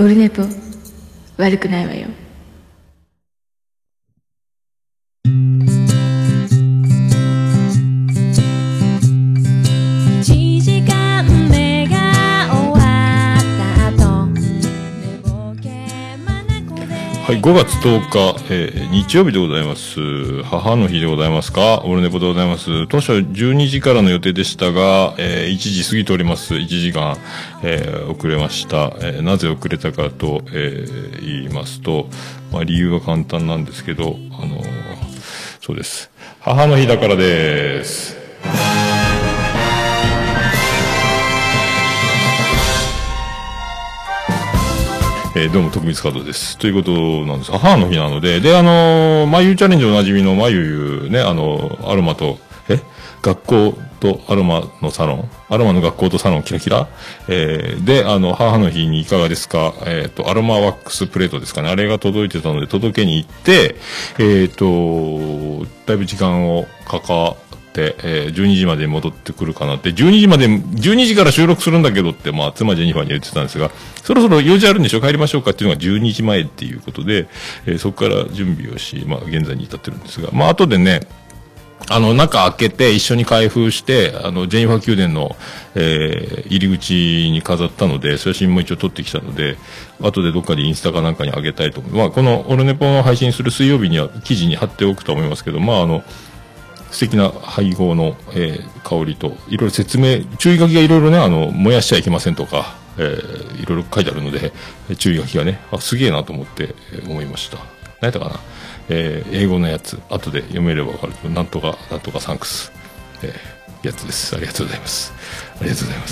オルネポ悪くないわよ。 はい、5月10日、日曜日でございます。母の日でございますか。オルネポでございます。当初12時からの予定でしたが、1時過ぎております。1時間、遅れました。なぜ遅れたかと、言いますと、理由は簡単なんですけど、そうです。母の日だからです。どうも、徳光加藤です。ということなんです。母の日なので、で、まゆチャレンジおなじみのまゆね、アロマと、学校とアロマのサロン、アロマの学校とサロンキラキラで、母の日にいかがですかアロマワックスプレートですかね。あれが届いてたので、届けに行って、だいぶ時間をかかって、12時まで戻ってくるかなって、12時から収録するんだけどって、妻ジェニファーに言ってたんですが、そろそろ用事あるんでしょ帰りましょうかっていうのが12時前っていうことで、そこから準備をし、現在に至ってるんですが、後でね、中開けて一緒に開封して、ジェニファー宮殿の、入り口に飾ったので、写真も一応撮ってきたので、後でどっかでインスタかなんかに上げたいと思う。このオルネポの配信する水曜日には記事に貼っておくと思いますけど、素敵な配合の、香りと、いろいろ説明、注意書きがいろいろね、燃やしちゃいけませんとか、いろいろ書いてあるので、注意書きがね、すげえなと思って、思いました。何やったかな英語のやつ、後で読めればわかるけど、なんとかサンクス、やつです。ありがとうございます。ありがとうございます。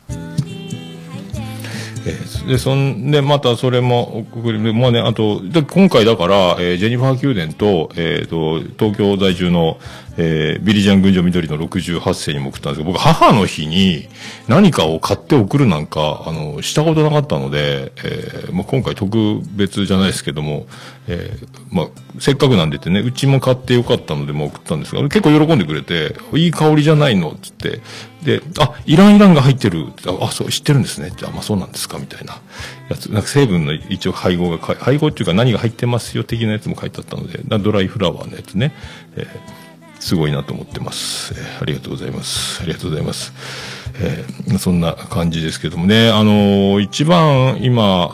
で、そんで、またそれも、ね、あと、今回だから、ジェニファー宮殿と、東京在住の、ビリジャン群青緑の68世にも送ったんですけど、僕、母の日に何かを買って送るなんか、したことなかったので、今回特別じゃないですけども、せっかくなんでってね、うちも買ってよかったので、送ったんですが、結構喜んでくれて、いい香りじゃないのつって、で、イランが入ってる。そう、知ってるんですね。そうなんですかみたいなやつ。なんか成分の一応配合っていうか何が入ってますよ的なやつも書いてあったので、ドライフラワーのやつね。すごいなと思ってます。ありがとうございます。ありがとうございます。そんな感じですけどもね、一番今、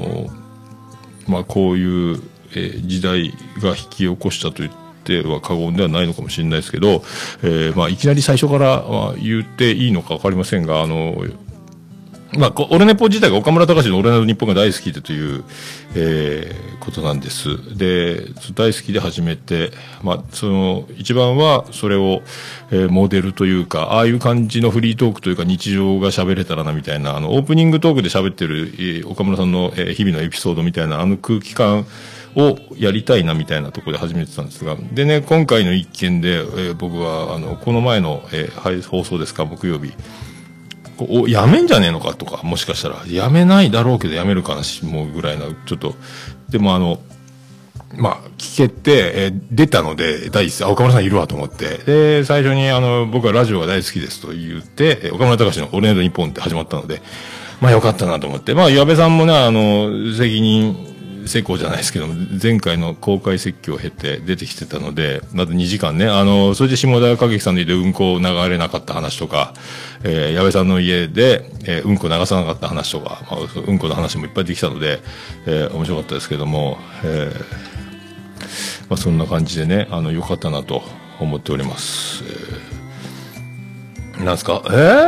こういう、時代が引き起こしたと言っては過言ではないのかもしれないですけど、いきなり最初から言っていいのかわかりませんが、オルネポ自体が岡村隆史のオルネポ日本が大好きでという、ことなんです。で、大好きで始めて、一番はそれを、モデルというか、ああいう感じのフリートークというか日常が喋れたらなみたいな、オープニングトークで喋ってる、岡村さんの、日々のエピソードみたいな、空気感をやりたいなみたいなところで始めてたんですが、でね、今回の一件で、僕は、この前の、放送ですか、木曜日、やめんじゃねえのかとか、もしかしたら、やめないだろうけどやめるかなし、もうぐらいな、ちょっと、でも聞けて、出たので、第一声、岡村さんいるわと思って、で、最初に僕はラジオが大好きですと言って、岡村隆史のオルネポ日本って始まったので、よかったなと思って、矢部さんもね、責任、成功じゃないですけども、前回の公開説教を経て出てきてたので、まず2時間ね、それで下田景樹さんの家でうんこを流れなかった話とか、矢部さんの家で、うんこ流さなかった話とか、うんこの話もいっぱいできたので、面白かったですけども、そんな感じでね、良かったなと思っております。なんすか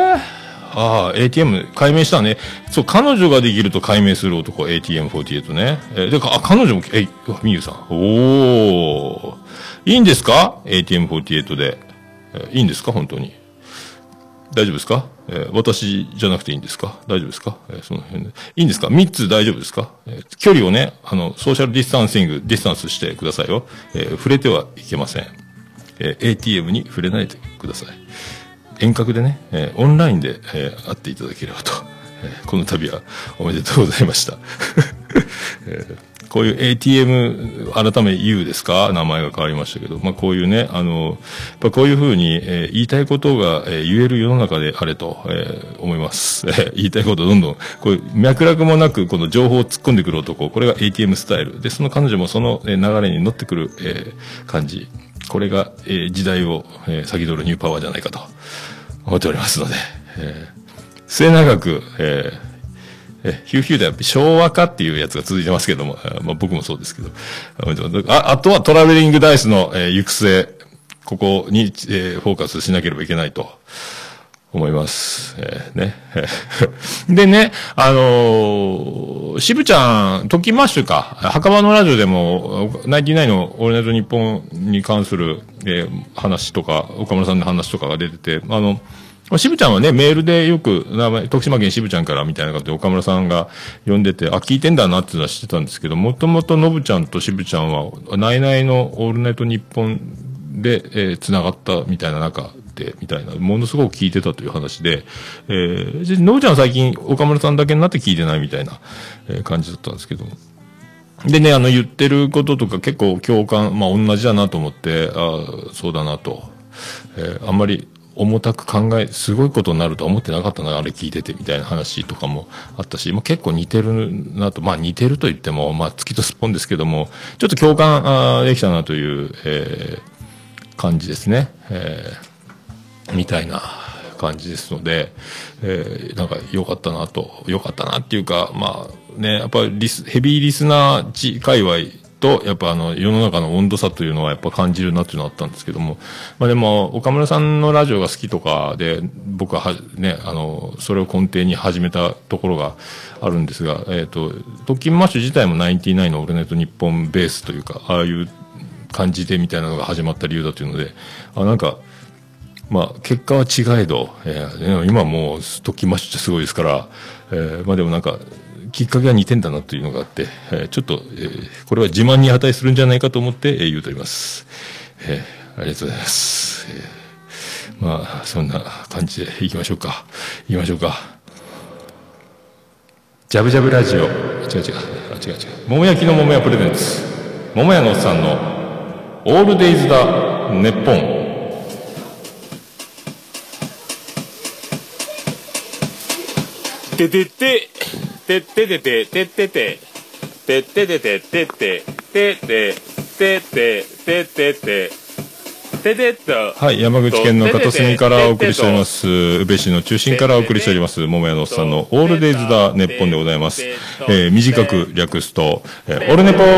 ATM 解明したね。そう、彼女ができると解明する男、ATM48 ね。彼女も、みゆさん。いいんですか ?ATM48 で。いいんですか本当に。大丈夫ですか私じゃなくていいんですか大丈夫ですかその辺で。いいんですか ?3 つ大丈夫ですか距離をね、ソーシャルディスタンスしてくださいよ。触れてはいけません。ATM に触れないでください。遠隔でね、オンラインで、会っていただければと、この度はおめでとうございました。 こういう ATM、改め U ですか、名前が変わりましたけど、こういうね、やっぱこういうふうに、言いたいことが、言える世の中であれと、思います。言いたいことどんどん、こういう脈絡もなく、この情報を突っ込んでくる男、これが ATM スタイル。で、その彼女もその、流れに乗ってくる、感じ。これが、時代を、先取るニューパワーじゃないかと思っておりますので、末永く、ヒューヒューでは昭和化っていうやつが続いてますけども、僕もそうですけど。あとはトラベリングダイスの、行く末、ここに、フォーカスしなければいけないと思います。ね。でね、渋ちゃん、トキマッシュか、墓場のラジオでも、ナインティナインのオールナイトニッポンに関する、話とか、岡村さんの話とかが出てて、渋ちゃんはね、メールでよく、徳島県渋ちゃんからみたいなことで岡村さんが呼んでて、聞いてんだなっていうのは知ってたんですけど、もともとのぶちゃんと渋ちゃんは、ナイナイのオールナイトニッポンで、繋がったみたいな中で、みたいな、ものすごく聞いてたという話で、のぶちゃんは最近岡村さんだけになって聞いてないみたいな、感じだったんですけど。でね、言ってることとか結構共感、同じだなと思って、そうだなと。あんまり、重たくすごいことになるとは思ってなかったな、あれ聞いててみたいな話とかもあったし、結構似てるなと、似てると言っても、月とすっぽんですけども、ちょっと共感できたなという、感じですね。みたいな感じですので、なんか良かったなっていうか、やっぱりヘビーリスナー界隈、と、やっぱ世の中の温度差というのはやっぱ感じるなっていうのはあったんですけども。でも、岡村さんのラジオが好きとかで、僕はね、それを根底に始めたところがあるんですが、トッキンマッシュ自体もナインティナインのオールナイトニッポンベースというか、ああいう感じでみたいなのが始まった理由だというので、なんか、結果は違えど、今もうトッキンマッシュってすごいですから、でもなんか、きっかけが似てんだなというのがあって、ちょっと、これは自慢に値するんじゃないかと思って、言うとおります。ありがとうございます。そんな感じで行きましょうか。ジャブジャブラジオ。違う。桃焼きの桃屋プレゼンツ。桃屋のおっさんのオールデイズだ、ネッポン。 ててて。てっててててってててっててててててててててててはい、山口県の片隅からお送りしております。宇部市の中心からお送りしております。桃屋のおっさんのオールデイズだネッポンでございます。短く略すと、オールネポ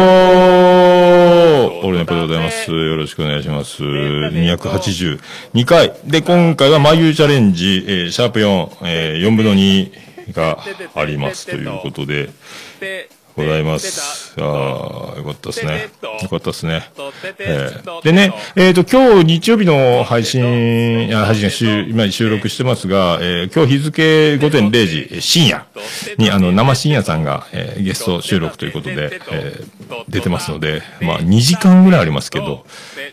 でございます。よろしくお願いします。282回。で、今回は眉チャレンジ、シャープ4、4分の2がありますということでございます。よかったですね。でね、今日日曜日の配信今収録してますが、今日日付午前0時、深夜に生深夜さんが、ゲスト収録ということで、出てますので、2時間ぐらいありますけど、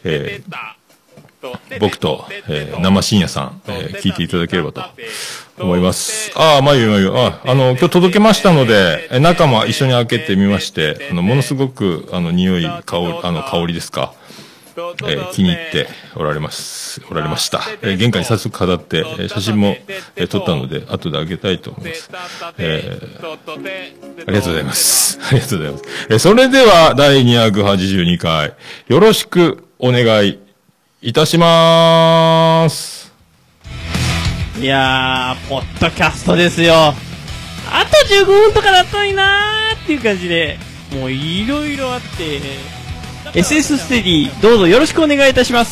僕と、生深夜さん、聞いていただければと思います。今日届けましたので、中も一緒に開けてみまして、ものすごく、匂い、香りですか、気に入っておられました。玄関に早速飾って、写真も、撮ったので、後であげたいと思います。ありがとうございます。それでは、第282回、よろしくお願いいたしまーす。 いやー、ポッドキャストですよ。あと15分とかだったのになーっていう感じで、もういろいろあって、SS ステディ、どうぞよろしくお願いいたします。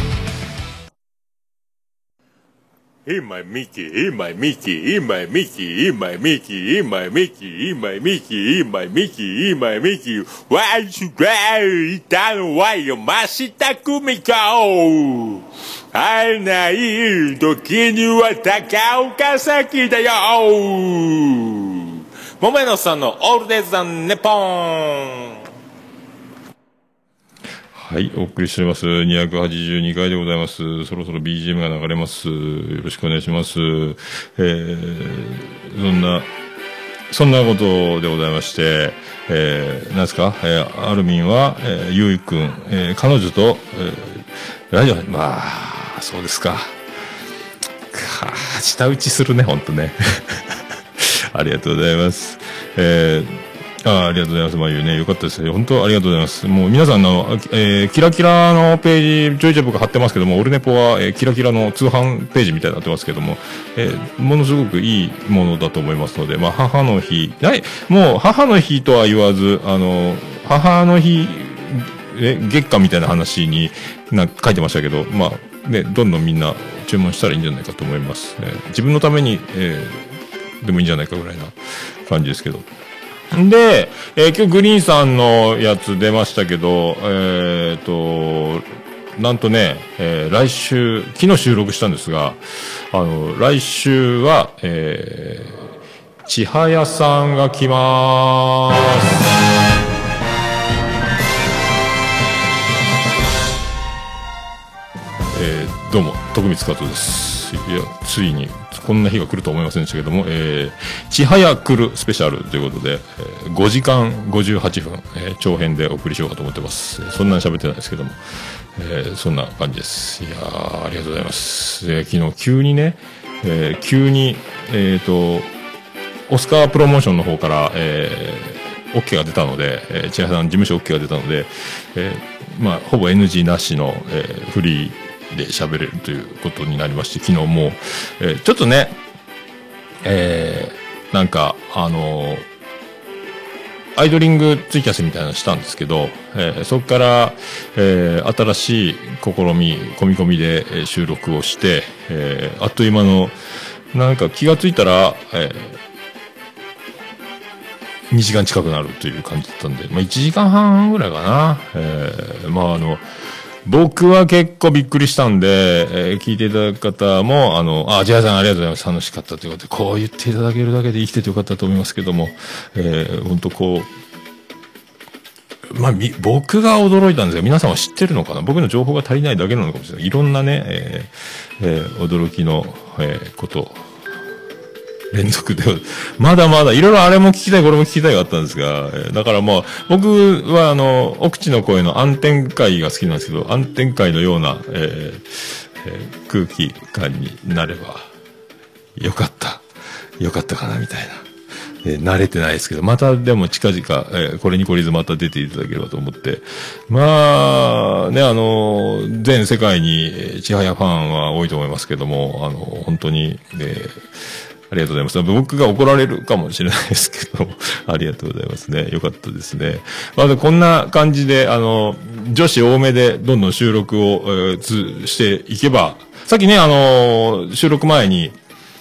In my Mickey, in my Mickey, in my Mickey, in my Mickey, in my Mickey, in my Mickey, in my Mickey, in my Mickey. Why should I いたのはよ、ましたくみこ。会えない時には高岡崎だよ。桃屋のさんのオールデイズザネポン。 はい、お送りしております。282回でございます。そろそろ BGM が流れます。よろしくお願いします。そんな、 そんなことでございまして、なんですか、アルミンは、ゆういくん、彼女と、ラジオ、まあ、そうですか。舌打ちするね、ほんとね。ありがとうございます。ありがとうございます。まあいうね、よかったですね。本当ありがとうございます。もう皆さんの、キラキラのページ、ちょいちょい僕貼ってますけども、オルネポは、キラキラの通販ページみたいになってますけども、ものすごくいいものだと思いますので、まあ母の日、もう母の日とは言わず、母の日、月間みたいな話に書いてましたけど、まあね、どんどんみんな注文したらいいんじゃないかと思います。自分のために、でもいいんじゃないかぐらいな感じですけど。で、今日グリーンさんのやつ出ましたけど、なんとね、来週、昨日収録したんですが、来週は、ちはやさんが来まーす。どうも、徳光加藤です。いや、ついに、こんな日が来ると思いませんでしたけども、ちはや来るスペシャルということで、5時間58分、長編でお送りしようかと思ってます。そんなに喋ってないですけども、そんな感じです。いやー、ありがとうございます。昨日急にね、オスカープロモーションの方から、OK が出たので、千早さん事務所 OK が出たので、まあ、ほぼ NG なしの、フリーで喋れるということになりまして、昨日もう、ちょっとね、なんか、アイドリングツイキャスみたいなのしたんですけど、そこから、新しい試み、込み込みで収録をして、あっという間の、なんか気がついたら、2時間近くなるという感じだったんで、まあ1時間半ぐらいかな。まあ僕は結構びっくりしたんで、聞いていただく方も、ジャイさんありがとうございます。楽しかったということで、こう言っていただけるだけで生きててよかったと思いますけども、本当こう、まあ、僕が驚いたんですが、皆さんは知ってるのかな？僕の情報が足りないだけなのかもしれない。いろんなね、驚きの、こと、連続で、まだまだ、いろいろあれも聞きたい、これも聞きたいがあったんですが、だからもう、僕は奥地の声の暗転会が好きなんですけど、暗転会のような、空気感になれば、よかったかな、みたいな。慣れてないですけど、またでも近々、これに懲りずまた出ていただければと思って、まあ、ね、全世界に、ちはやファンは多いと思いますけども、本当に、ありがとうございます。僕が怒られるかもしれないですけど、ありがとうございますね。よかったですね。まあ、こんな感じで、女子多めでどんどん収録を、していけば、さっきね、収録前に、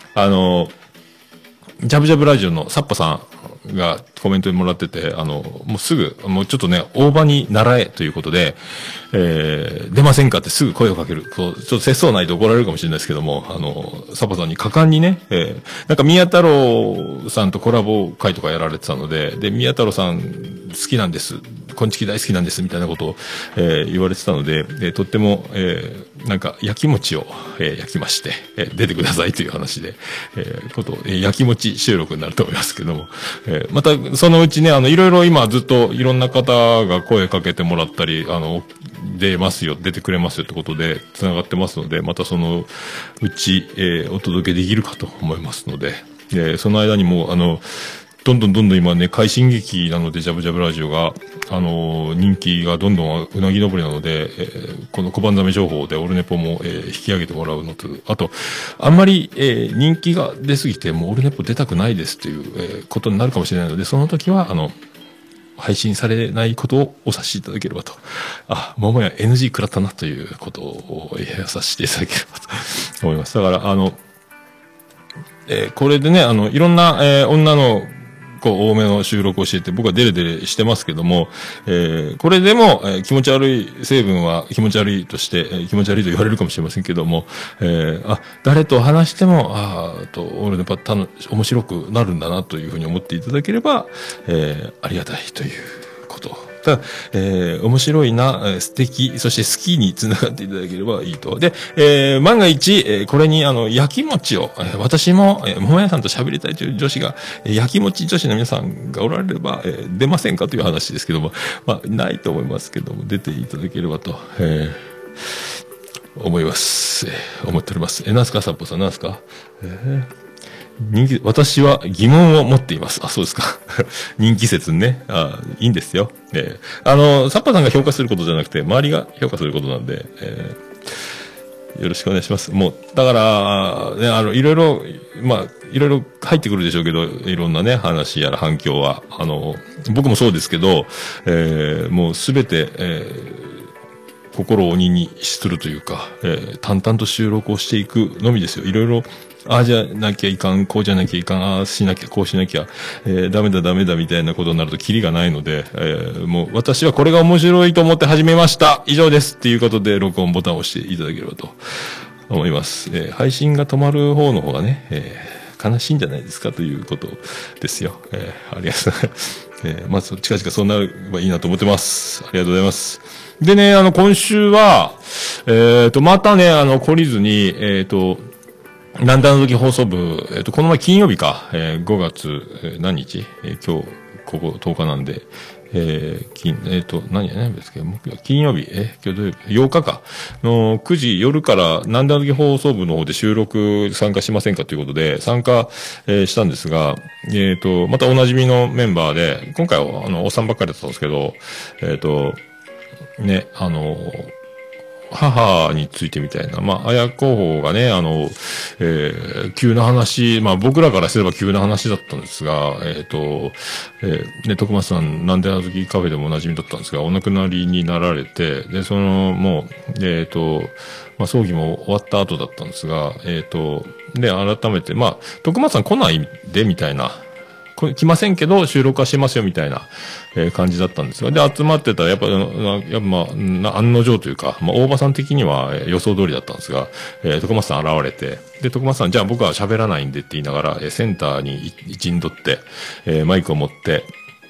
ジャブジャブラジオのサッパさんがコメントにもらってて、もうすぐ、もうちょっとね、大場に習えということで、出ませんかってすぐ声をかける。ちょっと節操ないと怒られるかもしれないですけども、サッパさんに果敢にね、なんか宮太郎さんとコラボ会とかやられてたので、で、宮太郎さん好きなんです。こんちき大好きなんですみたいなことを、言われてたので、とっても、なんか焼き餅を、焼きまして、出てくださいという話で、焼き餅収録になると思いますけども、またそのうちね、いろいろ今ずっといろんな方が声かけてもらったり、出てくれますよってことで繋がってますので、またそのうち、お届けできるかと思いますので、その間にもどんどん今ね、快進撃なので、ジャブジャブラジオが、人気がどんどんうなぎ登りなので、この小判ザメ情報でオルネポも、引き上げてもらうのと、あと、あんまり、人気が出すぎて、もうオルネポ出たくないですという、ことになるかもしれないので、その時は、配信されないことをお察しいただければと。桃屋 NG 食らったなということを、察していただければと思います。だから、これでね、いろんな、女の多めの収録をしていて、僕はデレデレしてますけども、これでも、気持ち悪い成分は気持ち悪いとして、気持ち悪いと言われるかもしれませんけども、誰と話しても、俺の面白くなるんだなというふうに思っていただければ、ありがたいということただ、面白いな、素敵、そして好きにつながっていただければいいと。で、万が一、これに焼き餅を、私も、桃屋さんと喋りたいという女子が、焼き餅女子の皆さんがおられれば、出ませんかという話ですけども、まあ、ないと思いますけども、出ていただければと、思います。思っております。なんすか、サッポさん、なんすか私は疑問を持っています。あ、そうですか。人気説ね。いいんですよ。サッパさんが評価することじゃなくて、周りが評価することなんで、よろしくお願いします。もう、だから、ね、いろいろ、まあ、いろいろ入ってくるでしょうけど、いろんなね、話やら反響は、僕もそうですけど、もうすべて、心を鬼にするというか、淡々と収録をしていくのみですよ。いろいろ、じゃなきゃいかん、こうじゃなきゃいかん、しなきゃ、こうしなきゃ、ダメだみたいなことになるとキリがないので、もう私はこれが面白いと思って始めました。以上です。っていうことで、録音ボタンを押していただければと思います。配信が止まる方の方がね、悲しいんじゃないですかということですよ。ありがとうございます。まず、近々そうなればいいなと思ってます。ありがとうございます。でね、今週は、またね、懲りずに、なんだの時放送部、この前金曜日か、5月、何日今日、ここ10日なんで、何やねんですけど、金曜日、今日土曜日、8日か、の9時夜から、なんだの時放送部の方で収録参加しませんかということで、参加、したんですが、またおなじみのメンバーで、今回は、おっさんばっかりだったんですけど、ね、母についてみたいな。まあ、綾候補がね、急な話、まあ僕らからすれば急な話だったんですが、ね、徳松さん、なんであの時カフェでもおなじみだったんですが、お亡くなりになられて、で、もう、まあ葬儀も終わった後だったんですが、で、改めて、まあ、徳松さん来ないで、みたいな。来ませんけど、収録はしますよ、みたいな、感じだったんですが。で、集まってたら、やっぱ、まあ、案の定というか、まあ、大場さん的には予想通りだったんですが、徳松さん現れて、で、徳松さん、じゃあ僕は喋らないんでって言いながら、センターに陣取って、マイクを持って、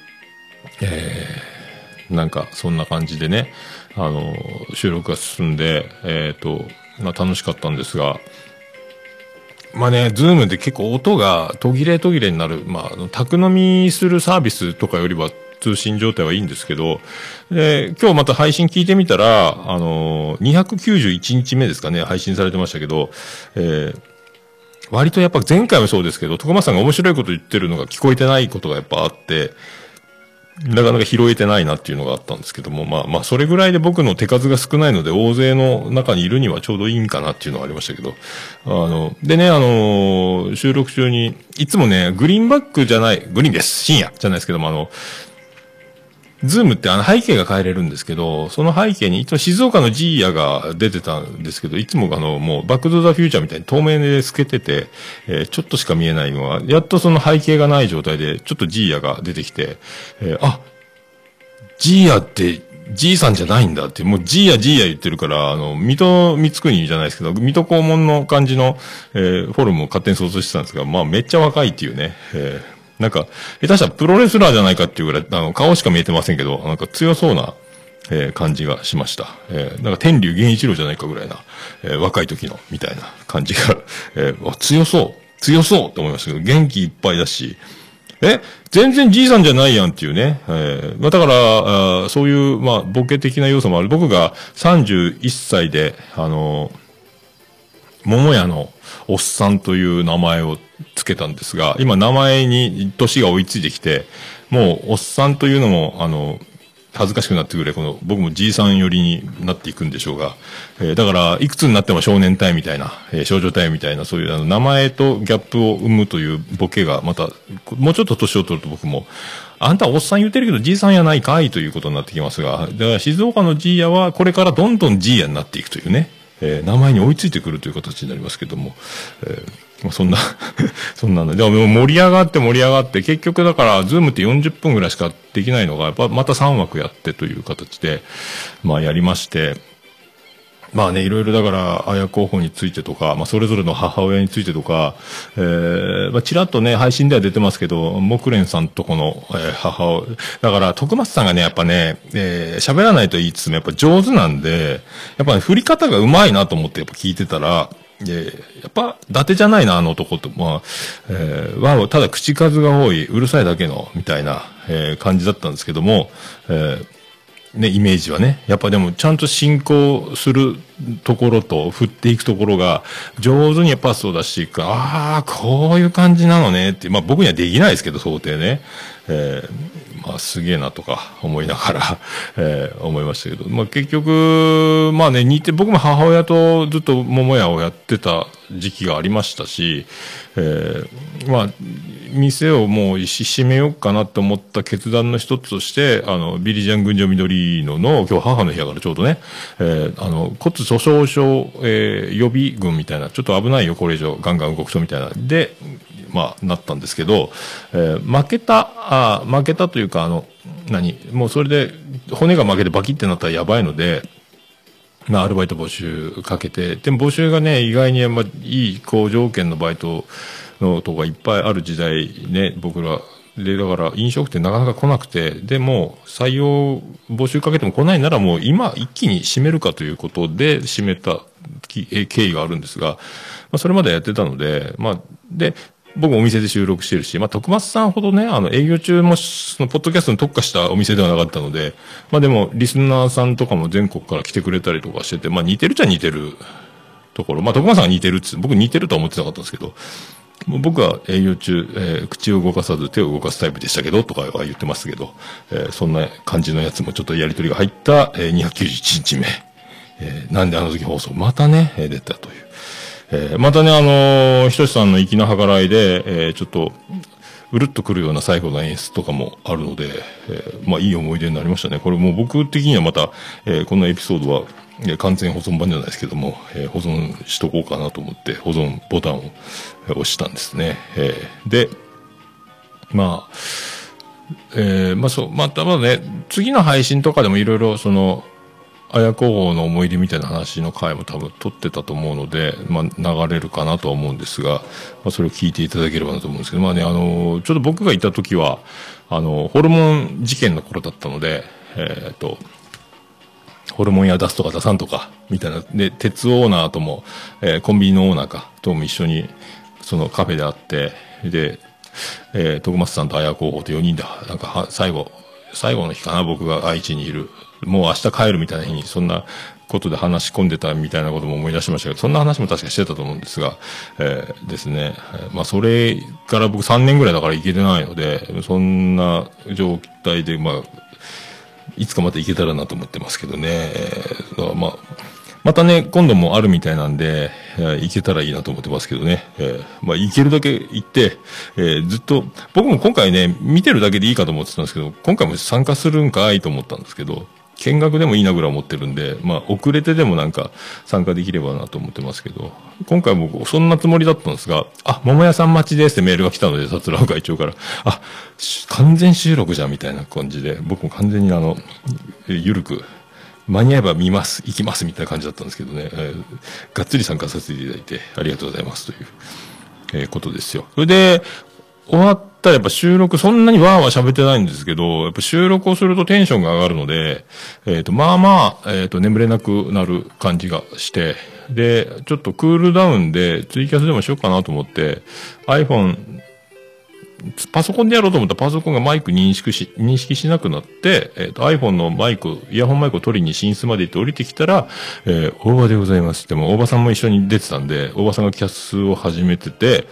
なんか、そんな感じでね、収録が進んで、まあ、楽しかったんですが、まあね、ズームで結構音が途切れになる。まあ、宅飲みするサービスとかよりは通信状態はいいんですけど、で、今日また配信聞いてみたら、291日目ですかね、配信されてましたけど、割とやっぱ前回もそうですけど、徳間さんが面白いこと言ってるのが聞こえてないことがやっぱあって、なかなか拾えてないなっていうのがあったんですけども、まあ、それぐらいで僕の手数が少ないので、大勢の中にいるにはちょうどいいんかなっていうのがありましたけど、でね、収録中に、いつもね、グリーンバックじゃない、グリーンです、深夜じゃないですけども、ズームって背景が変えれるんですけど、その背景にいつも静岡のジーヤが出てたんですけど、いつももうバックトゥザフューチャーみたいに透明で透けてて、ちょっとしか見えないのは、やっとその背景がない状態で、ちょっとジーヤが出てきて、ジーヤってじいさんじゃないんだって、もうジーヤ言ってるから、水戸光圀じゃないですけど、水戸黄門の感じの、フォルムを勝手に想像してたんですが、まあめっちゃ若いっていうね、なんか、下手したらプロレスラーじゃないかっていうぐらい、顔しか見えてませんけど、なんか強そうな、感じがしました。なんか天竜源一郎じゃないかぐらいな、若い時の、みたいな感じが、強そうって思いましたけど、元気いっぱいだし、全然じいさんじゃないやんっていうね。まあだから、そういう、まあ、ボケ的な要素もある。僕が31歳で、桃屋のおっさんという名前をつけたんですが、今名前に年が追いついてきて、もうおっさんというのも、恥ずかしくなってくれ、僕もじいさん寄りになっていくんでしょうが、だから、いくつになっても少年隊みたいな、少女隊みたいな、そういう名前とギャップを生むというボケが、また、もうちょっと年を取ると僕も、あんたおっさん言ってるけどじいさんやないかいということになってきますが、だから静岡のじいやはこれからどんどんじいやになっていくというね、名前に追いついてくるという形になりますけども、そんなの。でも盛り上がって、結局だから、ズームって40分ぐらいしかできないのが、やっぱまた3枠やってという形で、まあやりまして、 まあね、いろいろだから、綾候補についてとか、まあそれぞれの母親についてとか、まあちらっとね、配信では出てますけど、木蓮さんとこの、母親、だから徳松さんがね、やっぱね、喋らないと言いつつもやっぱ上手なんで、やっぱね、振り方が上手いなと思ってやっぱ聞いてたら、やっぱ、伊達じゃないな、あの男と、まあ、は、ただ口数が多い、うるさいだけの、みたいな、感じだったんですけども、ね、イメージはね。やっぱでも、ちゃんと進行するところと、振っていくところが、上手にパスを出していく。ああ、こういう感じなのねって、まあ僕にはできないですけど、想定ね。まあすげえなとか思いながら、思いましたけど、まあ結局、まあね、僕も母親とずっと桃屋をやってた時期がありましたし、まあ、店をもう閉めようかなと思った決断の一つとして、ビリジャン群青緑の今日母の日やからちょうどね、骨粗鬆症、予備軍みたいな、ちょっと危ないよ、これ以上ガンガン動くとみたいな、で、まあ、なったんですけど、負けたというか、もうそれで、骨が負けてバキってなったらやばいので、まあ、アルバイト募集かけて、でも募集がね、意外にまあいい好条件のバイトのとこがいっぱいある時代ね、僕ら。で、だから飲食店なかなか来なくて、でも採用募集かけても来ないならもう今一気に閉めるかということで閉めた経緯があるんですが、まあそれまでやってたので、まあ、で、僕もお店で収録してるし、まあ、徳松さんほどね、営業中も、その、ポッドキャストに特化したお店ではなかったので、まあでも、リスナーさんとかも全国から来てくれたりとかしてて、まあ似てるっちゃ似てるところ、まあ徳松さんが似てるって、僕似てるとは思ってなかったんですけど、僕は営業中、口を動かさず手を動かすタイプでしたけど、とかは言ってますけど、そんな感じのやつもちょっとやりとりが入った、291日目、なんであの時放送、またね、出たという。またね、ひとしさんの粋な計らいで、ちょっと、うるっとくるような最後の演出とかもあるので、まあいい思い出になりましたね。これもう僕的にはまた、このエピソードは、完全保存版じゃないですけども、保存しとこうかなと思って保存ボタンを押したんですね。で、まあ、まあそう、またね、次の配信とかでもいろいろその、綾候補の思い出みたいな話の回も多分撮ってたと思うので、まあ流れるかなとは思うんですが、まあそれを聞いていただければなと思うんですけど、まあね、ちょっと僕がいた時は、ホルモン事件の頃だったので、ホルモン屋出すとか出さんとか、みたいな。で、鉄オーナーとも、コンビニのオーナーか、とも一緒に、そのカフェで会って、で、徳松さんと綾候補と4人で、なんか最後の日かな、僕が愛知にいる。もう明日帰るみたいな日に、そんなことで話し込んでたみたいなことも思い出しましたけど、そんな話も確かしてたと思うんですが、ですね。まあ、それから僕3年ぐらいだから行けてないので、そんな状態で、まあ、いつかまた行けたらなと思ってますけどね。まあ、またね、今度もあるみたいなんで、行けたらいいなと思ってますけどね。まあ、行けるだけ行って、ずっと、僕も今回ね、見てるだけでいいかと思ってたんですけど、今回も参加するんかいと思ったんですけど、見学でもいいなぐらい思ってるんで、まあ、遅れてでもなんか参加できればなと思ってますけど、今回僕、そんなつもりだったんですが、あ、桃屋さん待ちですってメールが来たので、桂尾会長から、あ、完全収録じゃんみたいな感じで、僕も完全にゆるく、間に合えば見ます、行きますみたいな感じだったんですけどね、がっつり参加させていただいて、ありがとうございますという、ことですよ。それで、終わったらやっぱ収録、そんなにわーわー喋ってないんですけど、やっぱ収録をするとテンションが上がるので、まあまあ、眠れなくなる感じがして、で、ちょっとクールダウンでツイキャスでもしようかなと思って、iPhone、パソコンでやろうと思ったらパソコンがマイク認識しなくなって、iPhone のマイク、イヤホンマイクを取りに寝室まで行って降りてきたら、大場でございますって、もう大場さんも一緒に出てたんで、大場さんがキャスを始めてて、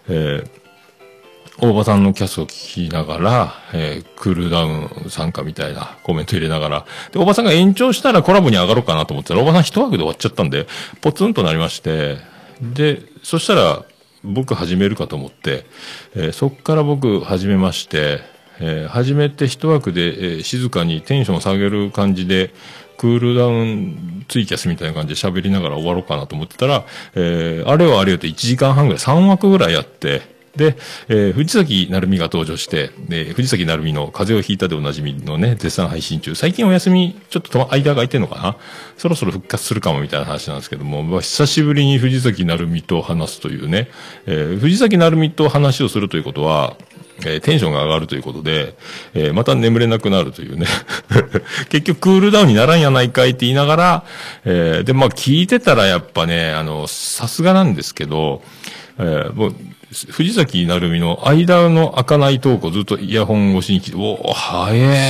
大場さんのキャスを聞きながら、クールダウン参加みたいなコメント入れながら、で、大場さんが延長したらコラボに上がろうかなと思ってたら、大場さん一枠で終わっちゃったんで、ポツンとなりまして、で、そしたら、僕始めるかと思って、そっから僕始めまして、始めて一枠で、静かにテンションを下げる感じで、クールダウンツイキャスみたいな感じで喋りながら終わろうかなと思ってたら、あれはあれよって1時間半ぐらい、3枠ぐらいやって、 で、藤崎鳴海が登場して、藤崎鳴海の風邪をひいたでおなじみのね、絶賛配信中。最近お休み、ちょっと間が空いてんのかな、そろそろ復活するかもみたいな話なんですけども、まあ、久しぶりに藤崎鳴海と話すというね、藤崎鳴海と話をするということは、テンションが上がるということで、また眠れなくなるというね。結局クールダウンにならんやないかいって言いながら、で、まあ聞いてたらやっぱね、さすがなんですけど、もう、藤崎鳴海の間の開かないトークをずっとイヤホン越しに聞いて、おー、は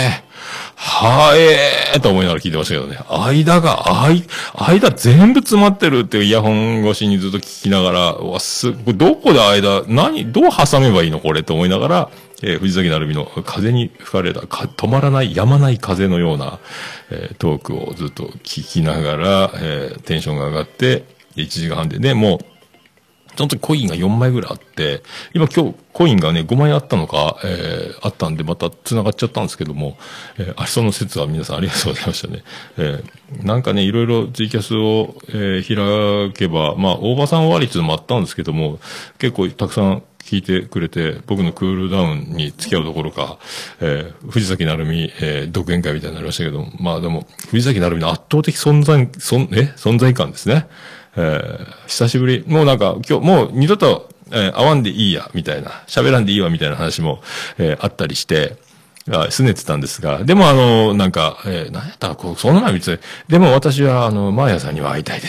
えーと思いながら聞いてましたけどね。間全部詰まってるっていうイヤホン越しにずっと聞きながら、どこでどう挟めばいいのこれと思いながら、藤崎鳴海の風に吹かれた、止まらない、止まない風のような、トークをずっと聞きながら、テンションが上がって、1時間半でね、もう、その時コインが4枚ぐらいあって、今コインがね、5枚あったのか、あったんでまた繋がっちゃったんですけども、その説は皆さんありがとうございましたね。なんかね、いろいろツイキャスを、開けば、まあ、大場さん割率もあったんですけども、結構たくさん聞いてくれて、僕のクールダウンに付き合うどころか、藤崎鳴海、独演会みたいになりましたけど、まあでも、藤崎鳴海の圧倒的存在感ですね。久しぶり、もうなんか今日もう二度と、会わんでいいや、みたいな、喋らんでいいわ、みたいな話も、あったりして、拗ねてたんですが、でもなんか、何やったらそんなの見て、でも私はマーヤさんには会いたいです。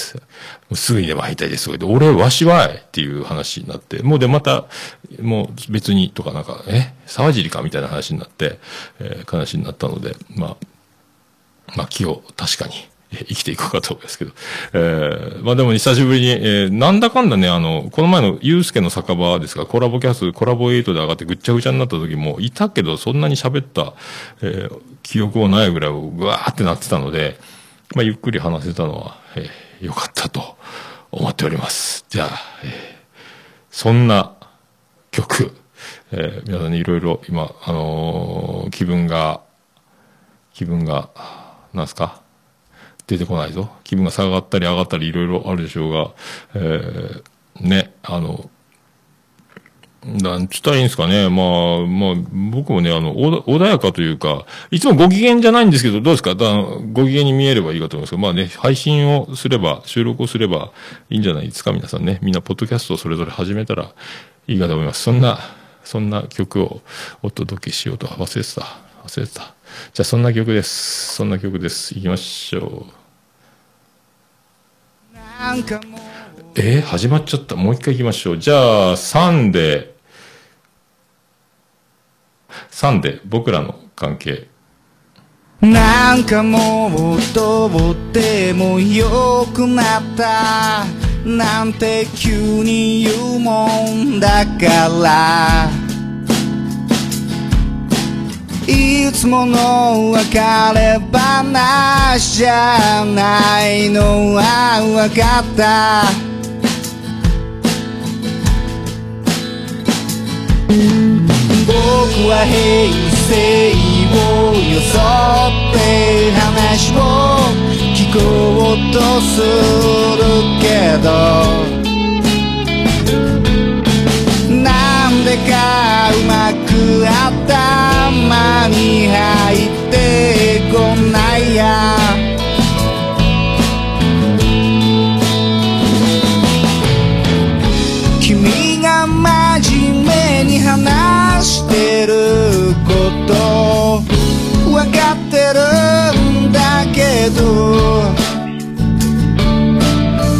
もうすぐにでも会いたいです。わしはいっていう話になって、もうでまた、もう別にとかなんか、沢尻かみたいな話になって、話になったので、まあ気を確かに、生きていこうかと思いますけど。まあでも久しぶりに、なんだかんだね、この前のゆうすけの酒場ですが、コラボ8で上がってぐっちゃぐちゃになった時もいたけど、そんなに喋った、記憶もないぐらいぐわーってなってたので、まあゆっくり話せたのは、良かったと思っております。じゃあ、そんな曲、皆さんにいろいろ今、気分が、なんすか出てこないぞ。気分が下がったり上がったりいろいろあるでしょうが、ね、なんつったらいいんですかね。まあ、僕もね、穏やかというか、いつもご機嫌じゃないんですけど、どうですか？ご機嫌に見えればいいかと思いますけど、まあね、配信をすれば、収録をすればいいんじゃないですか、皆さんね。みんな、ポッドキャストをそれぞれ始めたらいいかと思います。そんな曲をお届けしようと忘れてた。じゃあ、そんな曲です。行きましょう。始まっちゃった。もう一回行きましょう。じゃあ、サンデー、僕らの関係。 なんかもうとっても良くなったなんて急に言うもんだからいつもの別れ話じゃないのは分かった僕は平成を装って話を聞こうとするけどなんでかうまく頭に入ってこないや君が真面目に話してること分かってるんだけど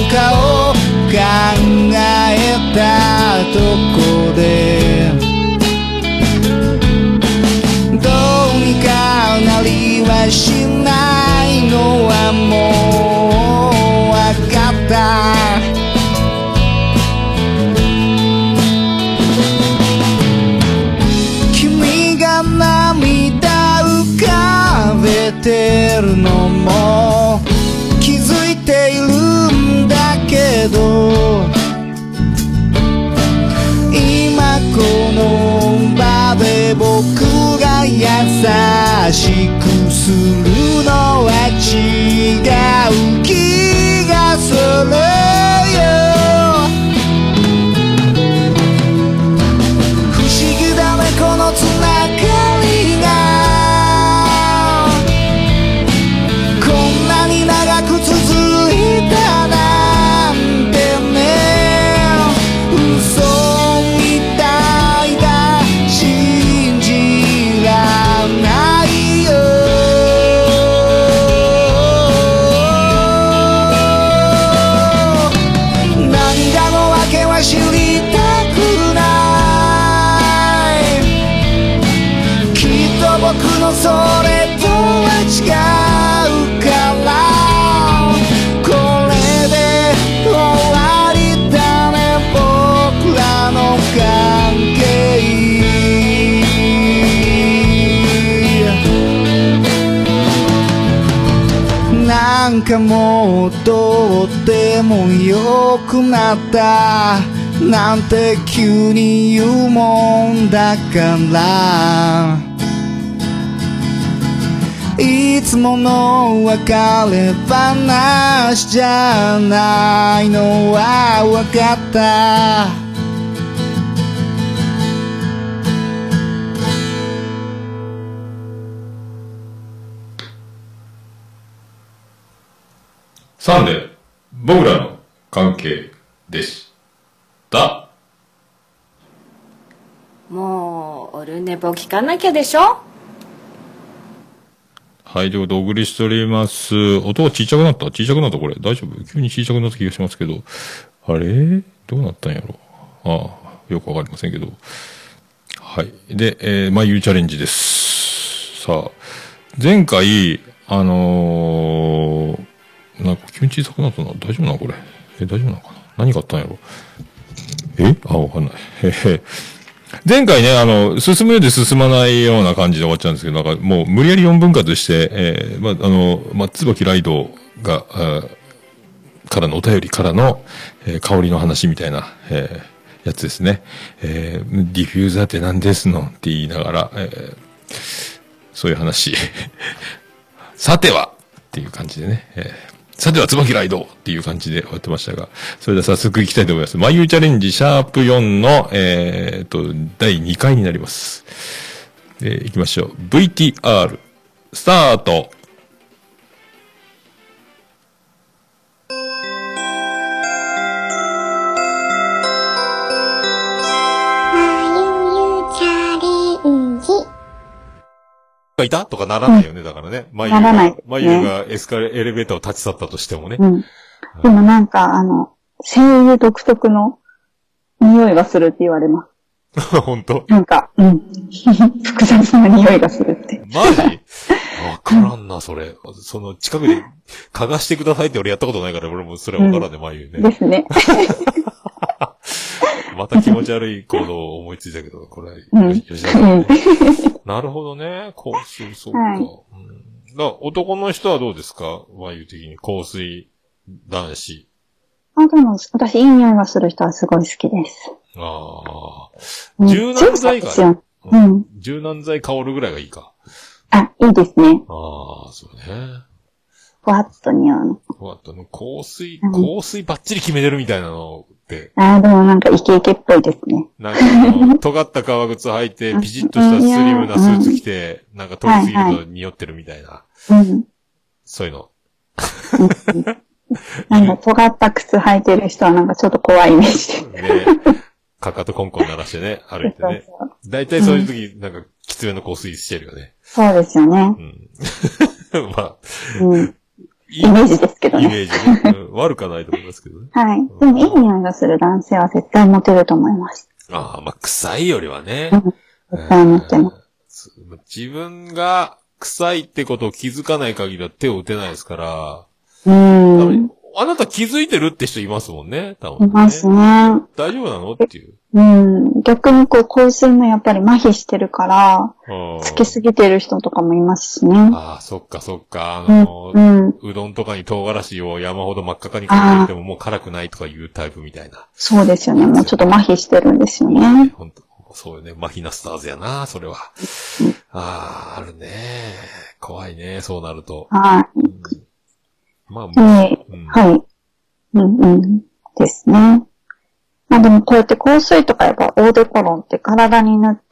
かを考えたとこでどうにかなりはしないのはもうわかった君が涙浮かべてるのも気づいているんだけど今この場で僕が優しくするのは違う気がするよ不思議だねこのつながりがこんなに長く続いたなんてね嘘みたいだ信じらないよ涙の訳は知りたくないきっと僕のそれとは違うからこれで終わりだね僕らの関係なんかもうどうでもよくなったなんて急に言うもんだからいつもの別れ話じゃないのはわかったサンデー、僕らの関係でした。 もうオルネポ聞かなきゃでしょ。 はい、ということでお送りしております。音が小さくなったこれ。大丈夫急に小さくなった気がしますけど。あれどうなったんやろよくわかりませんけど。はい。で、まあ、ゆうチャレンジです。さあ、前回、なんか急に小さくなったの大丈夫なのこれ。大丈夫なのかな何があったんやろわかんない。前回ね、進むようで進まないような感じで終わっちゃうんですけど、なんかもう無理やり4分割して、椿ライドが、からのお便りからの、香りの話みたいな、やつですね。ディフューザーって何ですのって言いながら、そういう話。さてはっていう感じでね。さては椿ライドっていう感じで終わってましたが、それでは早速行きたいと思います。まゆチャレンジシャープ4の、第2回になります。行きましょう。VTR、スタート。いたとかならないよね、だからね。ならない、ね。まゆがエレベーターを立ち去ったとしてもね。 うん。でもなんか、声優独特の匂いがするって言われます。 本当？ なんか、うん。複雑な匂いがするって。 マジ？わからんな、それ。その、近くで嗅がしてくださいって俺やったことないから、俺もそれはわからんね、まゆね。 ですね。 また気持ち悪い行動を思いついたけど、これ、吉田さん、ね。なるほどね。香水、そうか。はい、男の人はどうですかまゆ的に。香水男子。 でも、私、いい匂いがする人はすごい好きです。 柔軟剤が、柔軟剤香るぐらいがいいか。 いいですね。 そうね。 ふわっと匂うの。 ふわっとね。香水バッチリ決めてるみたいなのって。 でもなんかイケイケっぽいですね。 なんか尖った革靴履いて、ピチッとしたスリムなスーツ着て、なんか通り過ぎると匂ってるみたいな。そういうの。 なんか尖った靴履いてる人はなんかちょっと怖いイメージで。 ねかかとコンコン鳴らしてね、歩いてね。だいたいそういう時、なんかきつめの香水してるよね。 そうですよね。 まあ、 イメージですけどね。 イメージね。悪くはないと思いますけどね。 はい。でも、いい匂いがする男性は絶対モテると思います。 ああ、まあ、臭いよりはね。 絶対モテます。 自分が臭いってことを気づかない限りは手を打てないですから、あなた気づいてるって人いますもんね、多分、ね。 いますね。 大丈夫なのっていう。 逆に香水もやっぱり麻痺してるから、つけすぎてる人とかもいますしね。 ああ、そっかそっか。うどんとかに唐辛子を山ほど真っ赤かにかけてももう辛くないとかいうタイプみたいな。 そうですよね。もうちょっと麻痺してるんですよね。 本当そうよね。麻痺なスターズやな、それは。あるね。怖いね、そうなると。 はい。 まあ、 はい。ですね。まあでもこうやって香水とかやっぱオーデコロンって体に塗って、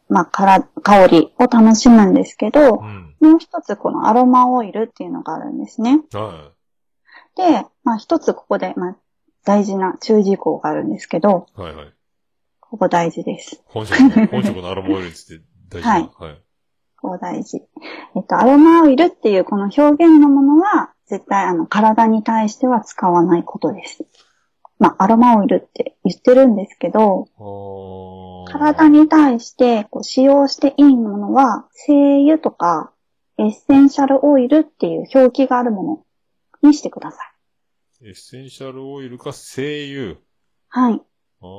まあ香りを楽しむんですけど、もう一つこのアロマオイルっていうのがあるんですね。で、まあ一つここで、まあ大事な注意事項があるんですけど、ここ大事です。 本職のアロマオイルって大事な。はい。 ここ大事。アロマオイルっていうこの表現のものは、絶対体に対しては使わないことです。まあ、アロマオイルって言ってるんですけど、体に対して使用していいものは、精油とかエッセンシャルオイルっていう表記があるものにしてください。エッセンシャルオイルか精油。 はい。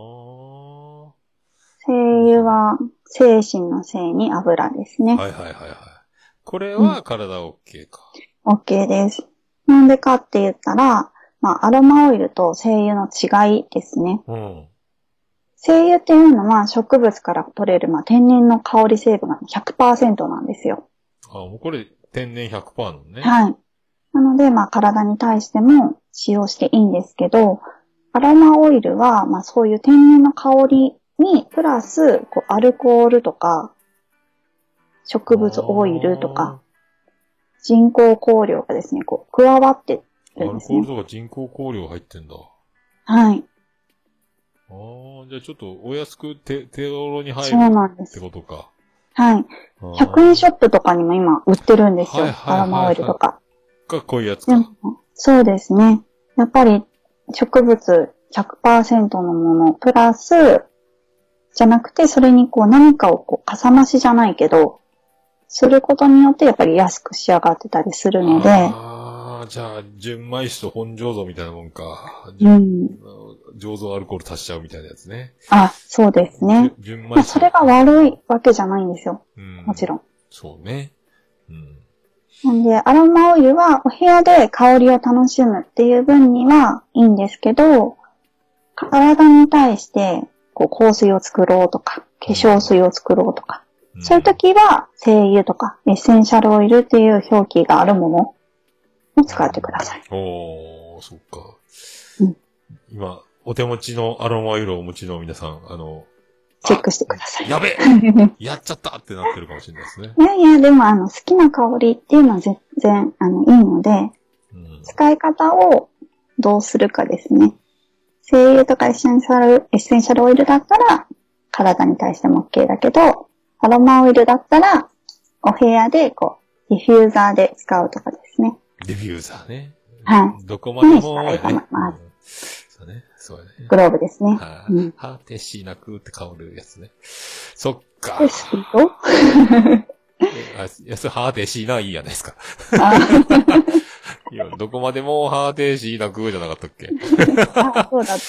精油は精神の精に油ですね。 はい。これは体 OK か。 OK です。なんでかって言ったら、まあ、アロマオイルと精油の違いですね。精油っていうのは植物から取れる、まあ、天然の香り成分が 100% なんですよ。 もうこれ天然 100% なのね。 はい。なので、まあ、体に対しても使用していいんですけど、アロマオイルは、まあ、そういう天然の香りに、プラス、アルコールとか、植物オイルとか、人工香料がですね、加わってるんですね。 アルコールとか人工香料入ってんだ。 はい。 じゃあちょっとお安く手頃に入るってことか。 はい。100円ショップとかにも今売ってるんですよ。アロマオイルとか。 こういうやつか。 そうですね。やっぱり植物 100% のもの、プラス、じゃなくて、それに何かをかさ増しじゃないけど、することによってやっぱり安く仕上がってたりするので。 じゃあ、純米酒と本醸造みたいなもんか。醸造アルコール足しちゃうみたいなやつね。 そうですね。純米酒。それが悪いわけじゃないんですよ。もちろん。 そうね。 なんで、アロマオイルはお部屋で香りを楽しむっていう分にはいいんですけど、体に対して香水を作ろうとか、化粧水を作ろうとか、そういう時は精油とかエッセンシャルオイルっていう表記があるものを使ってください。 そっか。今、お手持ちのアロマオイルをお持ちの皆さん、 チェックしてください。 やべやっちゃったってなってるかもしれないですね。 いや、でも好きな香りっていうのは全然いいので、使い方をどうするかですね。精油とかエッセンシャルオイルだったら体に対しても OK だけど、アロマオイルだったらお部屋でディフューザーで使うとかですね。 ディフューザーね。 はい。 どこまでも、 したらいいと思います。 そうね。 グローブですね。 ハーテシーなクーって香るやつね。そっか。 スピードハーテシーないいやないですか。いや、どこまでもハーテシーなクーじゃなかったっけ。 そうだった。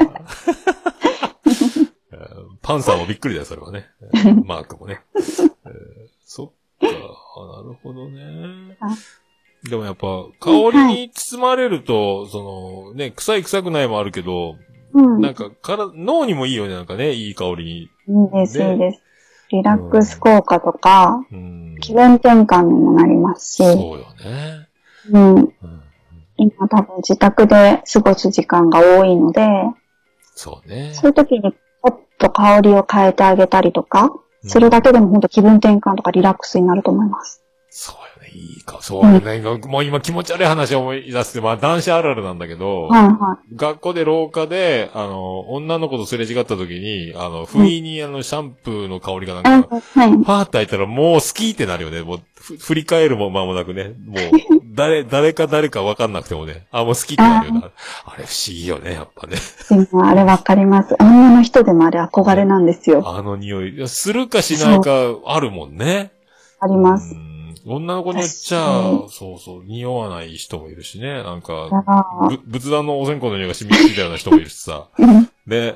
パンサーもびっくりだよ、それはね。マークもね。そっか、なるほどね。でもやっぱ、香りに包まれると、臭くないもあるけど、なんか、脳にもいいよね、なんかね、いい香りに。 いいです、いいです。リラックス効果とか、気分転換にもなりますし。 そうよね。 今多分自宅で過ごす時間が多いので、 そうね。 そういう時に、ちょっと香りを変えてあげたりとか、するだけでも本当気分転換とかリラックスになると思います。 そうよね。 いいか、そうね。もう今気持ち悪い話を思い出して、まあ男子あるあるなんだけど、 はいは学校で廊下で、女の子とすれ違った時に、不意にシャンプーの香りがなんい。 か、 はい。 パーって開いたらもう好きってなるよね。もう、振り返るも間もなくね。もう、誰か分かんなくてもね。もう好きってなるよね。あれ不思議よね、やっぱね。 でもあれわかります。女の人でもあれ憧れなんですよ。 匂い。するかしないかあるもんね。 あります。 女の子によっちゃ、そうそう、匂わない人もいるしね。なんか、仏壇のお線香の匂いが染みついたような人もいるしさ。で、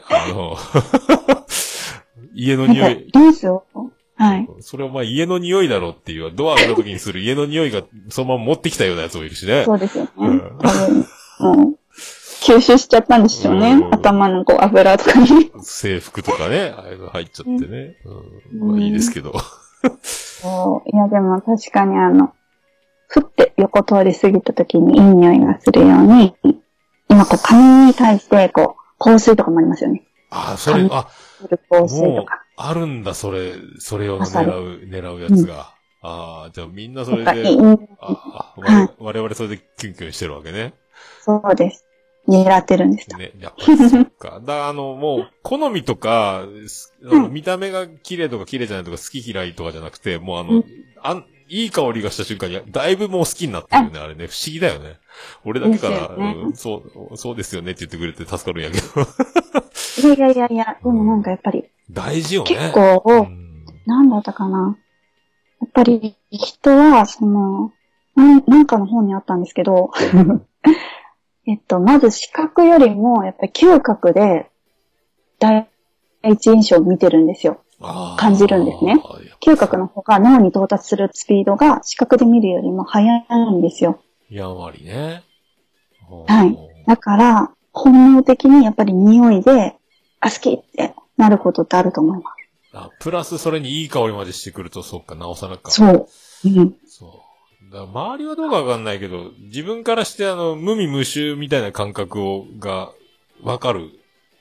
家の匂い。 いいですよ。はい。 それをまあ家の匂いだろうっていう、ドア開けた時にする家の匂いがそのまま持ってきたようなやつもいるしね。 そうですよね。多分、もう、吸収しちゃったんでしょうね。頭のこう油とかに。 制服とかね、ああいうの入っちゃってね。まあいいですけど。 いやでも確かにふって横通り過ぎた時にいい匂いがするように、今こう髪に対してこう、香水とかもありますよね。 それ、 香水とか。 あるんだ、それを狙うやつが。じゃあみんなそれで、我々それでキュンキュンしてるわけね。 そうです。狙ってるんですよ。 ね、やっぱりそっか。もう、好みとか、見た目が綺麗とか綺麗じゃないとか好き嫌いとかじゃなくて、もういい香りがした瞬間に、だいぶもう好きになってるよね、あれね。不思議だよね。俺だけから、そうですよねって言ってくれて助かるんやけど。 いや、でもなんかやっぱり。 大事よね。 結構、なんだったかな。やっぱり人は、なんかの本にあったんですけど、まず視覚よりも、やっぱり嗅覚で、第一印象を見てるんですよ。感じるんですね。嗅覚の方が脳に到達するスピードが視覚で見るよりも速いんですよ。 やんわりね。 はい。だから、本能的にやっぱり匂いで、好きってなることってあると思います。 プラスそれにいい香りまでしてくると、そっか、なおさらか。 そう。 そう。周りはどうかわかんないけど、自分からして無味無臭みたいな感覚がわかる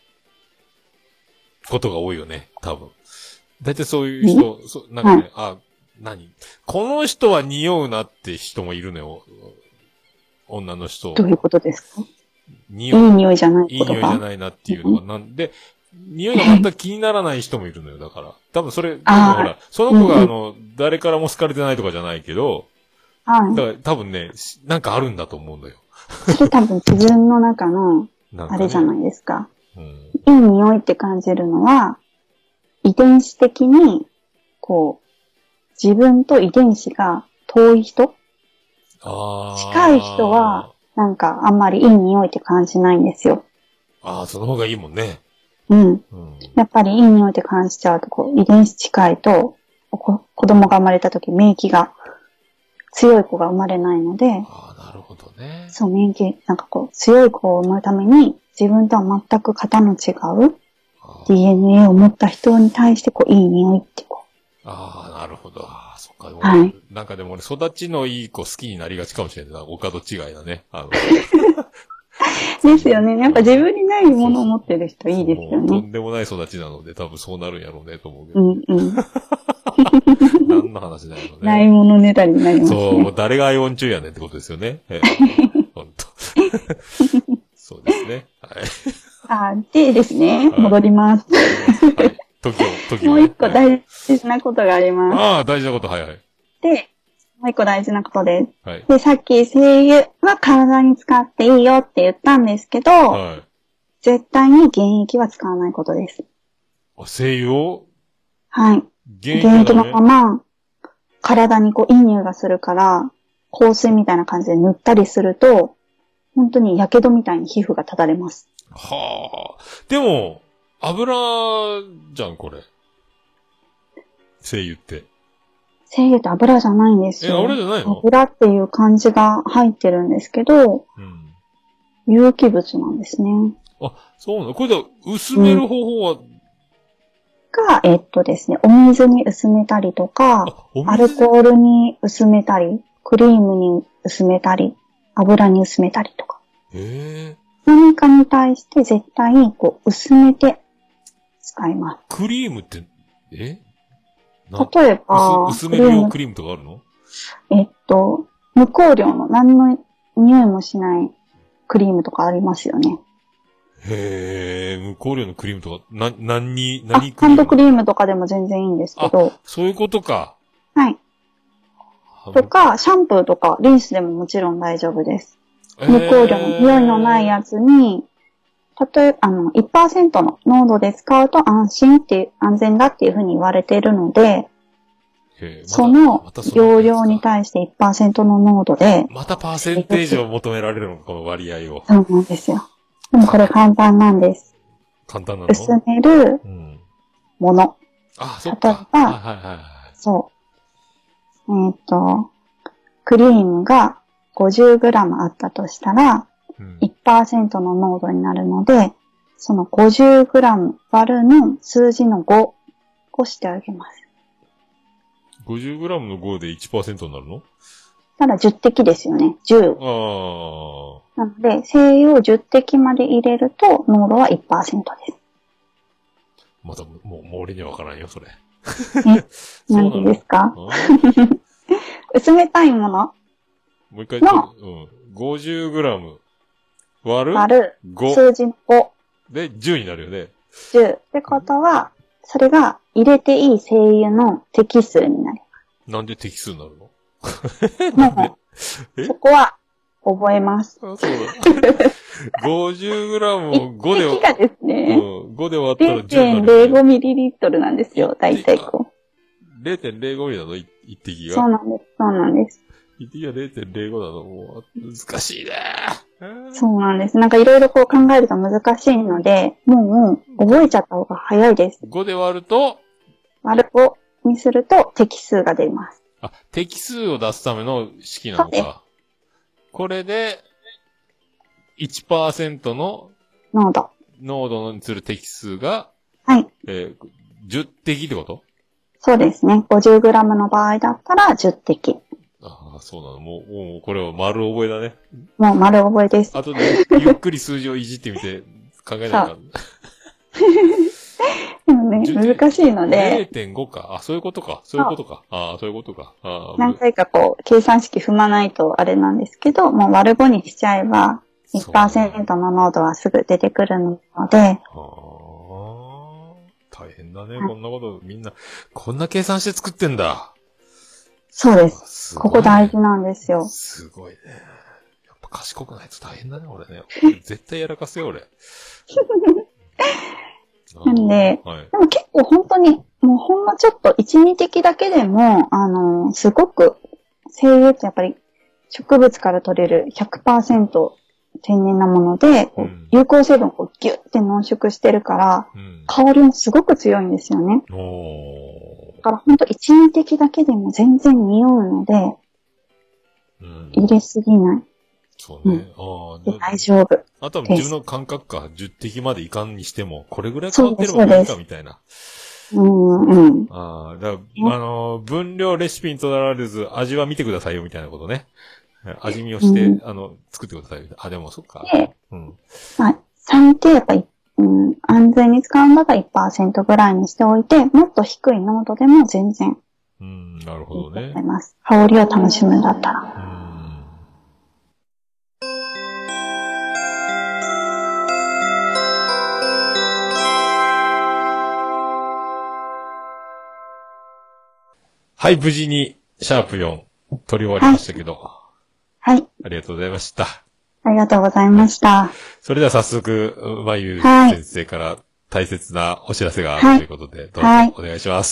ことが多いよね、多分。だいたいそういう人、なんかね、この人は匂うなって人もいるのよ。女の人。 どういうことですか？いい匂いじゃないことか。 いい匂いじゃないなっていうのは、なんで、匂いが全く気にならない人もいるのよ、だから。多分それ、ほら、その子が誰からも好かれてないとかじゃないけど、だから多分ね、なんかあるんだと思うんだよ。 それ多分自分の中の、あれじゃないですか。いい匂いって感じるのは、遺伝子的に、こう、自分と遺伝子が遠い人？近い人は、なんかあんまりいい匂いって感じないんですよ。 その方がいいもんね。 やっぱりいい匂いって感じちゃうと、こう、遺伝子近いと、子供が生まれた時免疫が強い子が生まれないので、 なるほどね。 そう、免疫、なんかこう、強い子を生むために、自分とは全く型の違う DNA を持った人に対して、こう、いい匂いってこう。 なるほど。そっか。 はい。 なんかでも俺、育ちのいい子好きになりがちかもしれないな。お門違いだね。 ですよね。やっぱ自分にないものを持ってる人いいですよね。 とんでもない育ちなので、多分そうなるんやろうね、と思うけど。何の話だよね。 ないものねだりになりますね。 そう、誰がアイオン中やねんってことですよね。本当。そうですね。 はい。でですね、戻ります。時もう一個大事なことがあります。 大事なこと、はい。 で、もう一個大事なことです。 はい。 で、さっき精油は体に使っていいよって言ったんですけど、絶対に原液は使わないことです。 精油を？ はい。原液のまま、体にこういい匂いがするから、香水みたいな感じで塗ったりすると、本当に火傷みたいに皮膚がただれます。 でも、油じゃん、これ。精油って。 精油って油じゃないんですよ。 油じゃないの？ 油っていう漢字が入ってるんですけど、有機物なんですね。 そうなの？これで薄める方法は、 ですね、お水に薄めたりとか、アルコールに薄めたり、クリームに薄めたり、油に薄めたりとか。何かに対して絶対にこう薄めて使います。 クリームって、例えば、 薄める用クリームとかあるの？ 無香料の何の匂いもしないクリームとかありますよね。 へー、無香料のクリームとか、何クリーム？ ハンドクリームとかでも全然いいんですけど。 そういうことか。 はい。とか、シャンプーとか、リンスでももちろん大丈夫です。無香料の匂いのないやつに、1% の濃度で使うと安全だっていうふうに言われているので、その容量に対して 1% の濃度で。 またパーセンテージを求められるのか、この割合を。 そうなんですよ。でもこれ簡単なんです。 簡単なの？ 薄めるもの。 あ、そっか。 例えば、そう。クリームが 50g あったとしたら、1% の濃度になるので、その 50g 割るの数字の5をしてあげます。 50g の5で 1% になるの？ ただ10滴ですよね。10。なので、精油を10滴まで入れると、濃度は 1% です。 また、もう俺にはわからんよ、それ。 なんでですか？薄めたいものもう一回言って、50g 割る5。 数字の5。 で、10になるよね。 10。ってことは、それが入れていい精油の滴数になります。 なんで滴数になるの？ もう、そこは覚えます。 あ、そうだ。50g を5で 1滴がですね、 5で割ったら10になる。 0.05ml なんですよ、大体こう。0.05 ミリなの？ 1滴が。 そうなんです。そうなんです。 1滴が 0.05 なの？もう、難しいね。 そうなんです。なんかいろいろこう考えると難しいので、もう覚えちゃった方が早いです。 5で割ると割る5にすると滴数が出ます。 あ、滴数を出すための式なのか。これで、1% の濃度にする滴数が、 はい。 10滴ってこと？ そうですね。50g の場合だったら10滴。 ああ、そうなの。もうこれは丸覚えだね。 もう丸覚えです。 あとで、ゆっくり数字をいじってみて、考えないか。 でもね、難しいので。 0.5 か。あ、そういうことか。そういうことか。ああ、そういうことか。 何回かこう、計算式踏まないとあれなんですけど、もう割る5にしちゃえば、1% の濃度はすぐ出てくるので。 大変だね、こんなこと、みんな、こんな計算して作ってんだ。 そうです。ここ大事なんですよ。 すごいね。やっぱ賢くないと大変だね、俺ね。絶対やらかすよ、俺。 なんで、でも結構本当に、もうほんのちょっと1、2滴だけでも、すごく、精油ってやっぱり植物から取れる 100% 天然なもので、有効成分をギュッて濃縮してるから、香りもすごく強いんですよね。だからほんと1、2滴だけでも全然匂うので、入れすぎない。 そうね。 大丈夫。 あとは自分の感覚か、10滴までいかんにしても、これぐらい変わってればいいかみたいな。分量レシピにとらわれず、味は見てくださいよみたいなことね。味見をして、作ってください。あ、でもそっか。 最低やっぱり、安全に使うんだったら 1% ぐらいにしておいて、もっと低い濃度でも全然。 なるほどね。 香りを楽しむんだったら。 はい、無事に、シャープ4、取り終わりましたけど。 はい。 ありがとうございました。 ありがとうございました。それでは早速、まゆ先生から大切なお知らせがあるということで、どうぞお願いします。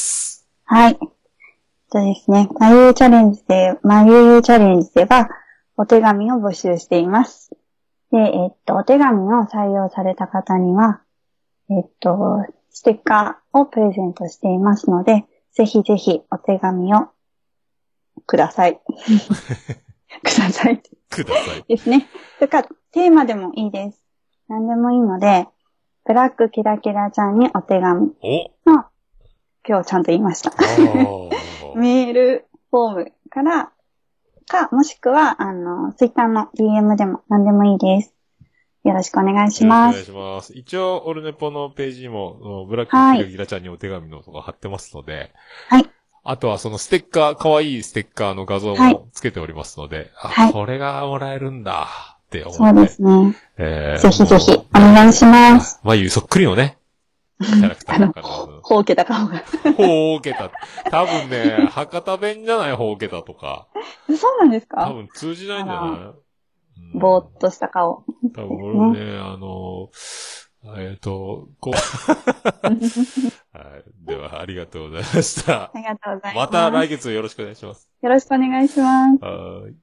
はい。ですね、まゆゆチャレンジでは、お手紙を募集しています。で、お手紙を採用された方には、ステッカーをプレゼントしていますので、ぜひぜひお手紙をください。ください。ですね。それからテーマでもいいです。何でもいいので、ブラックキラキラちゃんにお手紙の、今日ちゃんと言いました。メールフォームからもしくは、ツイッターの DM でも何でもいいです。よろしくお願いします。 お願いします。一応、オルネポのページにも、ブラックキラキラちゃんにお手紙のとか貼ってますので、 はい。 あとはそのステッカー、可愛いステッカーの画像はいもつけておりますので、 はいこれがもらえるんだって思って。 そうですね。ぜひぜひ、 もうお願いします。 まゆそっくりのね、キャラクターだから。 ほうけた顔が。 ほうけた。多分ね、博多弁じゃないほうけたとか。 そうなんです多か？ 分通じないんじゃないぼーっとした顔。 多分俺ね、こう。はい。では、ありがとうございました。 ありがとうございます。 また来月よろしくお願いします。 よろしくお願いします。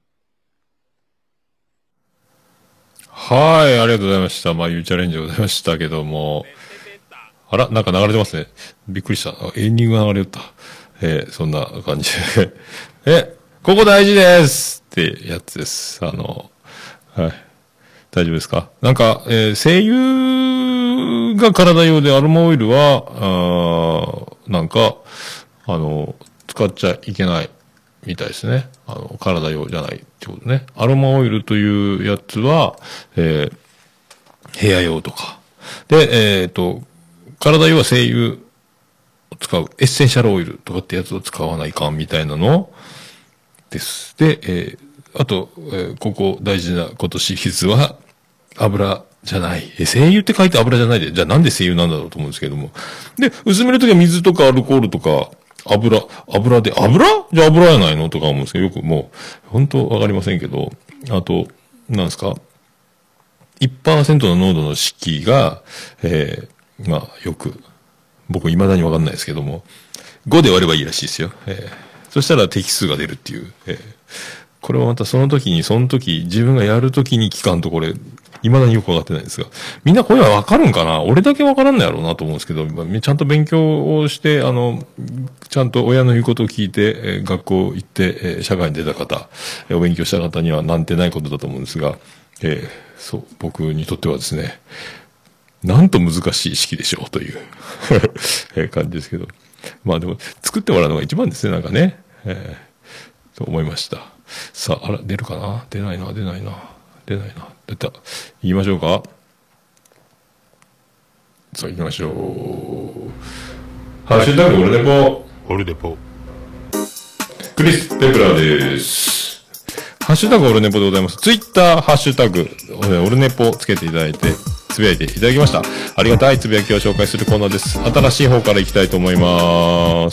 はい、ありがとうございました。まあ、ゆうチャレンジでございましたけども。あら、なんか流れてますね。びっくりした。エンディングが流れた。そんな感じで。ここ大事ですってやつです。はい。大丈夫ですか？なんか、声優が体用でアロマオイルは、なんか、使っちゃいけないみたいですね。体用じゃないってことね。アロマオイルというやつは、部屋用とか。で、体用は声優を使うエッセンシャルオイルとかってやつを使わないかんみたいなのです。で、あと、ここ大事なことシリーズは、油じゃない。精油って書いて油じゃないで、じゃあなんで精油なんだろうと思うんですけども。で、薄めるときは水とかアルコールとか、油で、油じゃあ油やないのとか思うんですけど、よくもう、本当わかりませんけど、あと、なんですか 1% の濃度の式が、まあ、よく、僕未だにわかんないですけども、5で割ればいいらしいですよ。そしたら適数が出るっていう。これはまたその時、自分がやる時に聞かんとこれ、未だによくわかってないんですが、みんなこれはわかるんかな？俺だけわからんのやろうなと思うんですけど、ちゃんと勉強をして、ちゃんと親の言うことを聞いて、学校行って、社会に出た方、お勉強した方にはなんてないことだと思うんですが、そう、僕にとってはですね、なんと難しい式でしょうという感じですけど。まあでも、作ってもらうのが一番ですね、なんかね。と思いました。さあ、出るかな？出ないな。出た。言いましょうか？さあ、行きましょう。ハッシュタグ、オルネポ。クリス・テプラです。ハッシュタグ、オルネポでございます。ツイッター、ハッシュタグ、オルネポつけていただいて、つぶやいていただきました。ありがたいつぶやきを紹介するコーナーです。新しい方からいきたいと思います。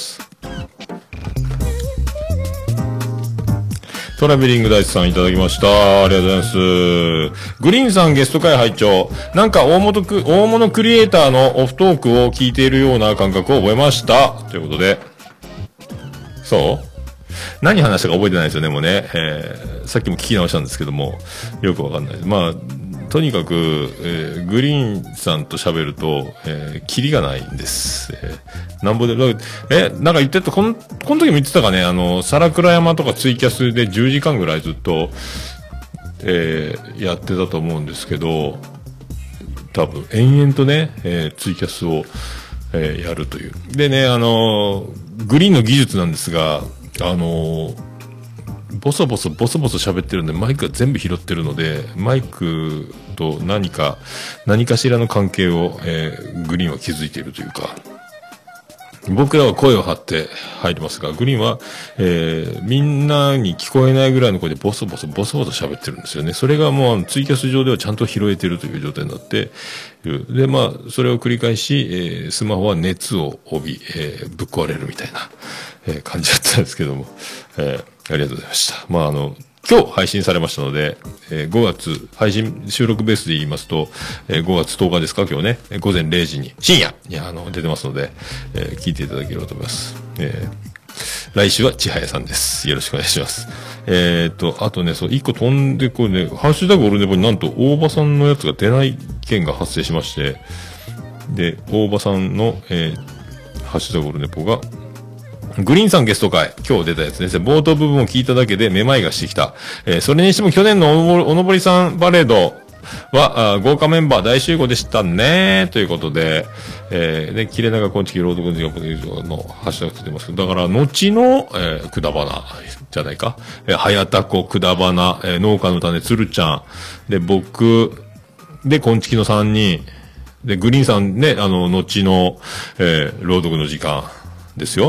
トラベリングダイスさんいただきました。ありがとうございます。グリーンさんゲスト会拝聴。なんか大物クリエイターのオフトークを聞いているような感覚を覚えました。ということで。そう何話したか覚えてないですよね、もうね。さっきも聞き直したんですけども、よくわかんないです。まあ、とにかく、グリーンさんと喋ると、キリがないんです。なんぼで、なんか言ってた、この時も言ってたかね、皿倉山とかツイキャスで10時間ぐらいずっと、やってたと思うんですけど、多分、延々とね、ツイキャスを、やるという。でね、グリーンの技術なんですが、ボソボソ喋ってるんで、マイクが全部拾ってるので、マイクと何かしらの関係を、グリーンは築いているというか、僕らは声を張って入りますが、グリーンは、みんなに聞こえないぐらいの声でボソボソ喋ってるんですよね。それがもうツイキャス上ではちゃんと拾えてるという状態になっている。で、まあ、それを繰り返し、スマホは熱を帯び、ぶっ壊れるみたいな、感じだったんですけども、ありがとうございました。まあ、今日配信されましたので、5月、収録ベースで言いますと、5月10日ですか、今日ね、午前0時に、深夜に出てますので、聞いていただければと思います。来週は千早さんです。よろしくお願いします。あとね、そう、一個飛んでこうね、ハッシュタグオルネポになんと大場さんのやつが出ない件が発生しまして、で、大場さんの、ハッシュタグオルネポが、グリーンさんゲスト会、今日出たやつですね。冒頭部分を聞いただけでめまいがしてきた。それにしても去年のおのぼりさんパレードは、豪華メンバー大集合でしたね。ということで、で、切れ長こんちき朗読のハッシュタグついてますけど、だから、後の、くだばな、じゃないか。はやたこ、くだばな、農家の種、つるちゃん。で、僕、で、こんちきの3人。で、グリーンさんね、後の、朗読の時間ですよ。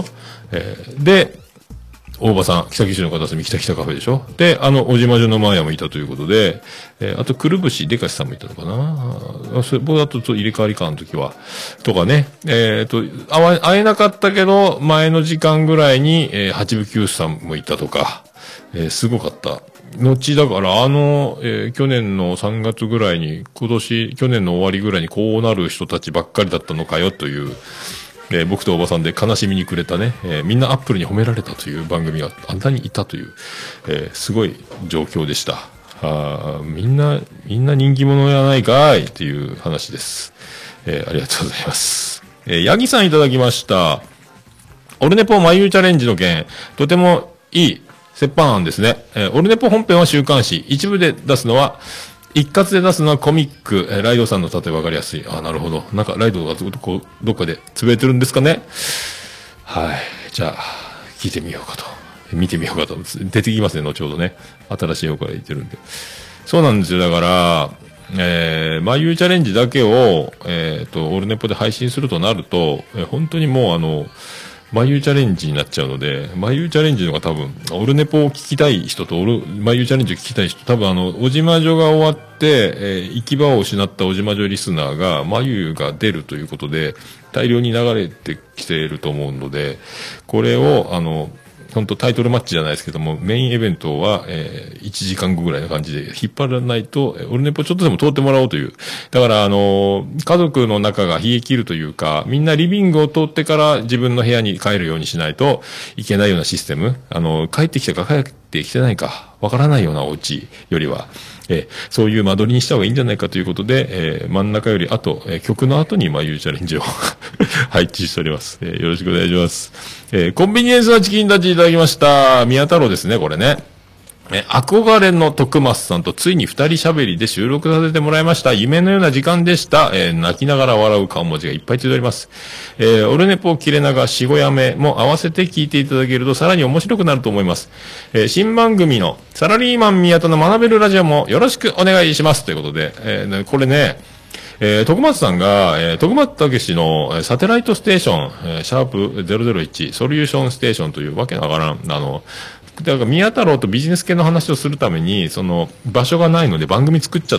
で、大場さん、北九州の片隅、北カフェでしょ。で、小島女のマーヤもいたということで、あと、くるぶし、でかしさんもいたのかな。それ、僕だと入れ替わりかの時は、とかね、会えなかったけど、前の時間ぐらいに、八部九さんもいたとか、すごかった。後だから、去年の3月ぐらいに、去年の終わりぐらいにこうなる人たちばっかりだったのかよという、僕とおばさんで悲しみにくれたね、みんなアップルに褒められたという番組があんなにいたという、すごい状況でした。みんな人気者やないかいっていう話です。ありがとうございます。ヤギさんいただきました。オルネポ眉チャレンジの件、とてもいい折半案ですね。オルネポ本編は週刊誌、一部で出すのは、一括で出すのはコミック、ライドさんの例えわかりやすい。なるほど。なんかライドがどっかでつぶやいてるんですかね。はい。じゃあ、聞いてみようかと。見てみようかと。出てきますね、後ほどね。新しい方から言ってるんで。そうなんですよ。だから、眉チャレンジだけを、オルネポで配信するとなると、本当にもう眉チャレンジになっちゃうので、眉チャレンジのが多分、オルネポを聞きたい人と、眉チャレンジを聞きたい人、多分小島女が終わって、行き場を失った小島女リスナーが、眉が出るということで、大量に流れてきていると思うので、これを、本当タイトルマッチじゃないですけども、メインイベントは、1時間後ぐらいの感じで引っ張らないと、オルネポちょっとでも通ってもらおうという。だから家族の中が冷え切るというか、みんなリビングを通ってから自分の部屋に帰るようにしないといけないようなシステム。帰ってきたか帰ってきてないか、わからないようなお家よりは、そういう間取りにした方がいいんじゃないかということで、真ん中より曲の後に眉チャレンジを配置しております。よろしくお願いします。コンビニエンスなチキンたちいただきました。宮太郎ですね、これね。憧れの徳松さんとついに二人喋りで収録させてもらいました。夢のような時間でした。泣きながら笑う顔文字がいっぱいついております。オルネポ切れ長しごやめも合わせて聞いていただけるとさらに面白くなると思います。新番組のサラリーマン宮田の学べるラジオもよろしくお願いします。ということで、これね、徳松さんが、徳松たけしのサテライトステーション、シャープ001ソリューションステーションというわけのわからん、だから宮太郎とビジネス系の話をするために、その場所がないので番組作っちゃって、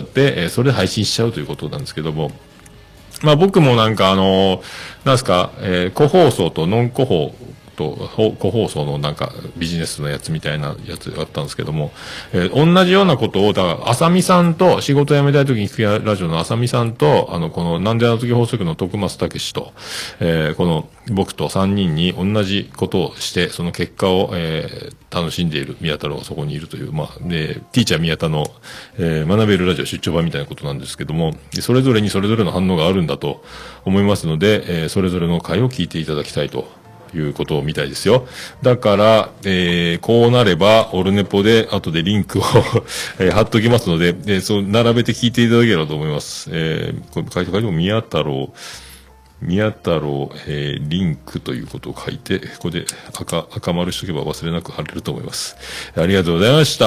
それで配信しちゃうということなんですけども、まあ僕もなんかなんすか、個放送とノン個放と個放送のなんかビジネスのやつみたいなやつがあったんですけども、同じようなことを、だから浅見さんと仕事辞めたい時に聞くラジオの浅見さんと、このなんであの時放送局の徳松たけしと、この僕と3人に同じことをして、その結果を、楽しんでいる宮太郎がそこにいるという、まあ、ティーチャー宮田の、学べるラジオ出張版みたいなことなんですけども、それぞれにそれぞれの反応があるんだと思いますので、それぞれの回を聞いていただきたいということみたいですよ。だから、こうなれば、オルネポで、後でリンクを貼っときますので、そう、並べて聞いていただければと思います。これ書いても宮太郎、リンクということを書いて、ここで赤丸しとけば忘れなく貼れると思います。ありがとうございました。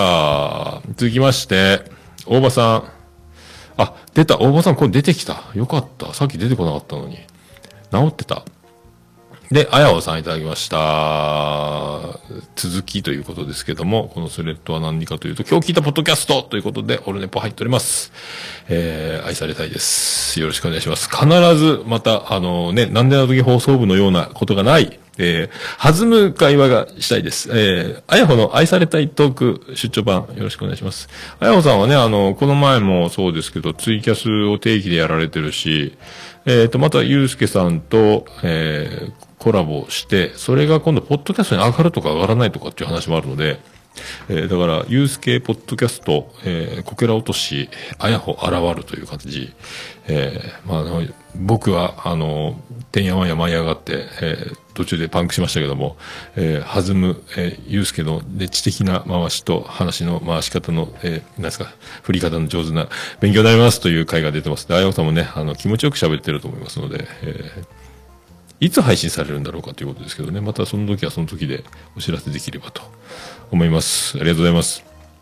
続きまして、大場さん。あ、出た。大場さん、これ出てきた。よかった。さっき出てこなかったのに。治ってた。で、あやおさんいただきました。続きということですけども、このスレッドは何かというと、今日聞いたポッドキャストということで、オルネポ入っております。愛されたいです。よろしくお願いします。必ず、また、なんであの時放送部のようなことがない、弾む会話がしたいです。あやほの愛されたいトーク出張版、よろしくお願いします。あやほさんはね、この前もそうですけど、ツイキャスを定期でやられてるし、また、ゆうすけさんと、コラボして、それが今度、ポッドキャストに上がるとか上がらないとかっていう話もあるので、だから、ユース系ポッドキャスト、こけら落とし、あやほ現るという感じ。まあ、僕は、てんやわんや舞い上がって、途中でパンクしましたけども、弾む、ユースケの知的な回しと話の回し方の、なんですか、振り方の上手な勉強になりますという回が出てます。で、あやほさんもね、気持ちよく喋ってると思いますので、いつ配信されるんだろうかということですけどね。またその時はその時でお知らせできればと思います。ありがとうございます。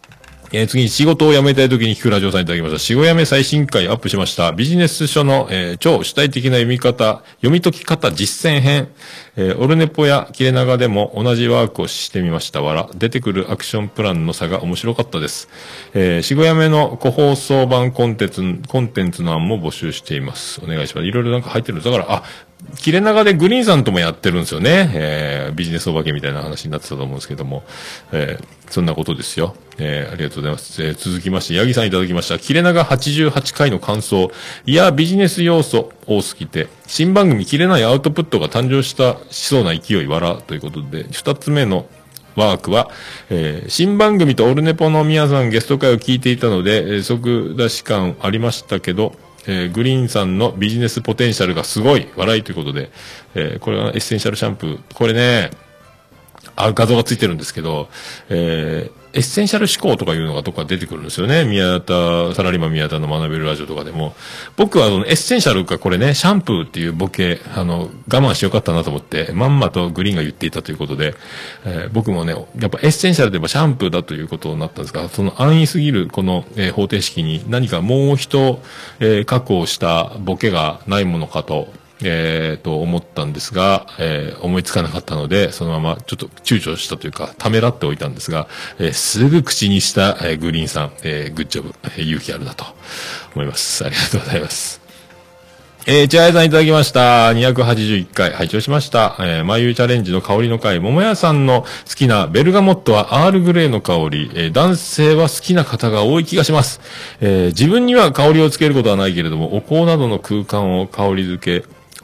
次に仕事を辞めたい時に聞くラジオさんいただきました。仕事辞め最新回アップしました。ビジネス書の、超主体的な読み解き方実践編。オルネポや切れ長でも同じワークをしてみました。出てくるアクションプランの差が面白かったです。仕事辞めの個放送版コンテンツの案も募集しています。お願いします。いろいろなんか入ってるんです。だから、切れ長でグリーンさんともやってるんですよね。ビジネスお化けみたいな話になってたと思うんですけども。そんなことですよ。ありがとうございます。続きまして、八木さんいただきました。切れ長88回の感想。いや、ビジネス要素多すぎて、新番組切れないアウトプットが誕生しそうな勢い、ということで、二つ目のワークは、新番組とオルネポの皆さんゲスト会を聞いていたので、即出し感ありましたけど、グリーンさんのビジネスポテンシャルがすごい、ということで、これはエッセンシャルシャンプー。これね、画像がついてるんですけど、エッセンシャル思考とかいうのがどっか出てくるんですよね。サラリーマン宮田の学べるラジオとかでも。僕はエッセンシャルかこれね、シャンプーっていうボケ、我慢してよかったなと思って、まんまとグリーンが言っていたということで、僕もね、やっぱエッセンシャルといえばシャンプーだということになったんですが、その安易すぎるこの、方程式に何かもう一、確保したボケがないものかと、思ったんですが、思いつかなかったので、そのままちょっと躊躇したというか、ためらっておいたんですが、すぐ口にした、グリーンさん、グッジョブ、勇気あるなと思います。ありがとうございます。千早さんいただきました。281回、拝聴しました。眉チャレンジの香りの回、桃屋さんの好きなベルガモットはアールグレーの香り、男性は好きな方が多い気がします。自分には香りをつけることはないけれども、お香などの空間を香り付け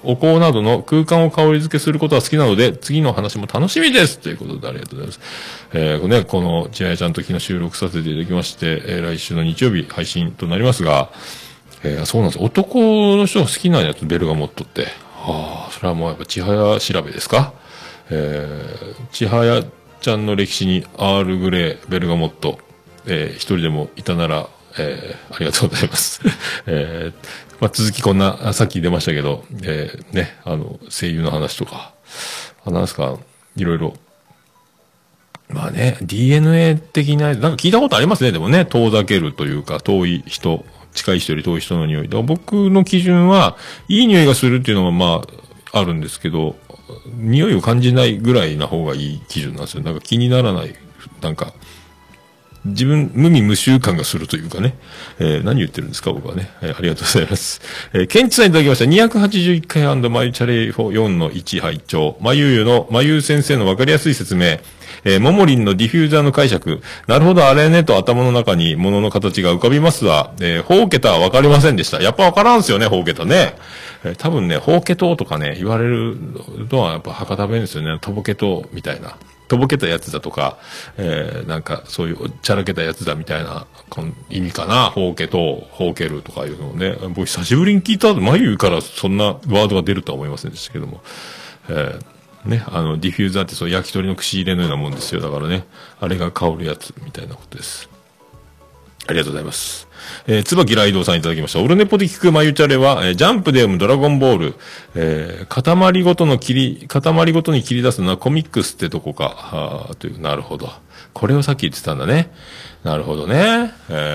することは好きなので、次の話も楽しみですということでありがとうございます。この千早ちゃんと昨日収録させていただきまして、来週の日曜日配信となりますが、そうなんです。男の人が好きなやつ、ベルガモットって。それはもうやっぱ千早調べですか？千早ちゃんの歴史にアールグレー、ベルガモット、一人でもいたなら、ありがとうございます。続きこんな、さっき出ましたけど、声優の話とか、なんですか、いろいろ。まあね、DNA 的な、なんか聞いたことありますね、でもね、遠ざけるというか、遠い人、近い人より遠い人の匂い。だから僕の基準は、いい匂いがするっていうのはまあ、あるんですけど、匂いを感じないぐらいな方がいい基準なんですよ。なんか気にならない、なんか、無味無臭感がするというかね。何言ってるんですか、僕はね。ありがとうございます。ケンチさんいただきました。281回&マユチャレ4の1拝聴。マユ先生のわかりやすい説明。モモリンのディフューザーの解釈。なるほど、あれねと頭の中に物の形が浮かびますわ。ほうけたはわかりませんでした。やっぱわからんすよね、ほうけたね。多分ね、ほうけとうとかね、言われるのはやっぱ博多弁ですよね。とぼけとうみたいな。とぼけたやつだとか、なんかそういうチャラけたやつだみたいな意味かな。ほうけと、ほうけるとかいうのをね。僕久しぶりに聞いた眉からそんなワードが出るとは思いませんでしたけども。ね、ディフューザーってそう焼き鳥の串入れのようなもんですよ。だからね、あれが香るやつみたいなことです。ありがとうございます。椿ライドウさんいただきました。オルネポで聞くマユチャレは、ジャンプで読むドラゴンボール、塊ごとに切り出すのはコミックスってとこか、という、なるほど。これをさっき言ってたんだね。なるほどね。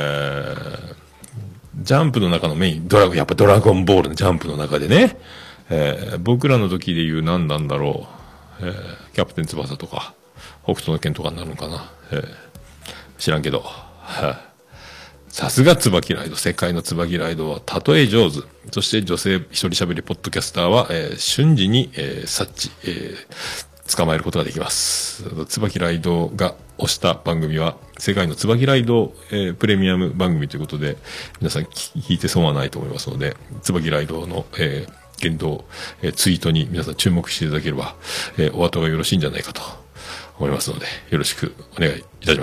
ジャンプの中のメイン、やっぱドラゴンボールのジャンプの中でね、僕らの時で言う何なんだろう、キャプテン翼とか、北斗の拳とかになるのかな。知らんけど。さすが椿ライド。世界の椿ライドは例え上手。そして女性一人喋りポッドキャスターは、瞬時に、察知、捕まえることができます。椿ライドが推した番組は、世界の椿ライド、プレミアム番組ということで、皆さん聞いて損はないと思いますので、椿ライドの、言動、ツイートに皆さん注目していただければ、お後がよろしいんじゃないかと思いますので、よろしくお願いいたします。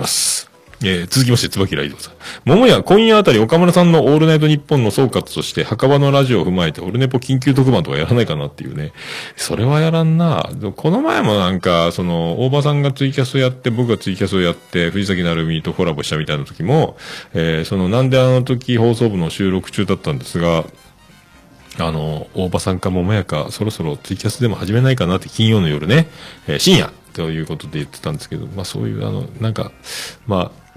続きまして、椿ライドさん。桃屋、今夜あたり岡村さんのオールナイトニッポンの総括として、墓場のラジオを踏まえて、オルネポ緊急特番とかやらないかなっていうね。それはやらんな。この前もなんか、大場さんがツイキャスをやって、僕がツイキャスをやって、藤崎成美とコラボしたみたいな時も、なんであの時放送部の収録中だったんですが、大場さんか桃屋か、そろそろツイキャスでも始めないかなって金曜の夜ね、深夜ということで言ってたんですけど、まあそういうなんか、まあ、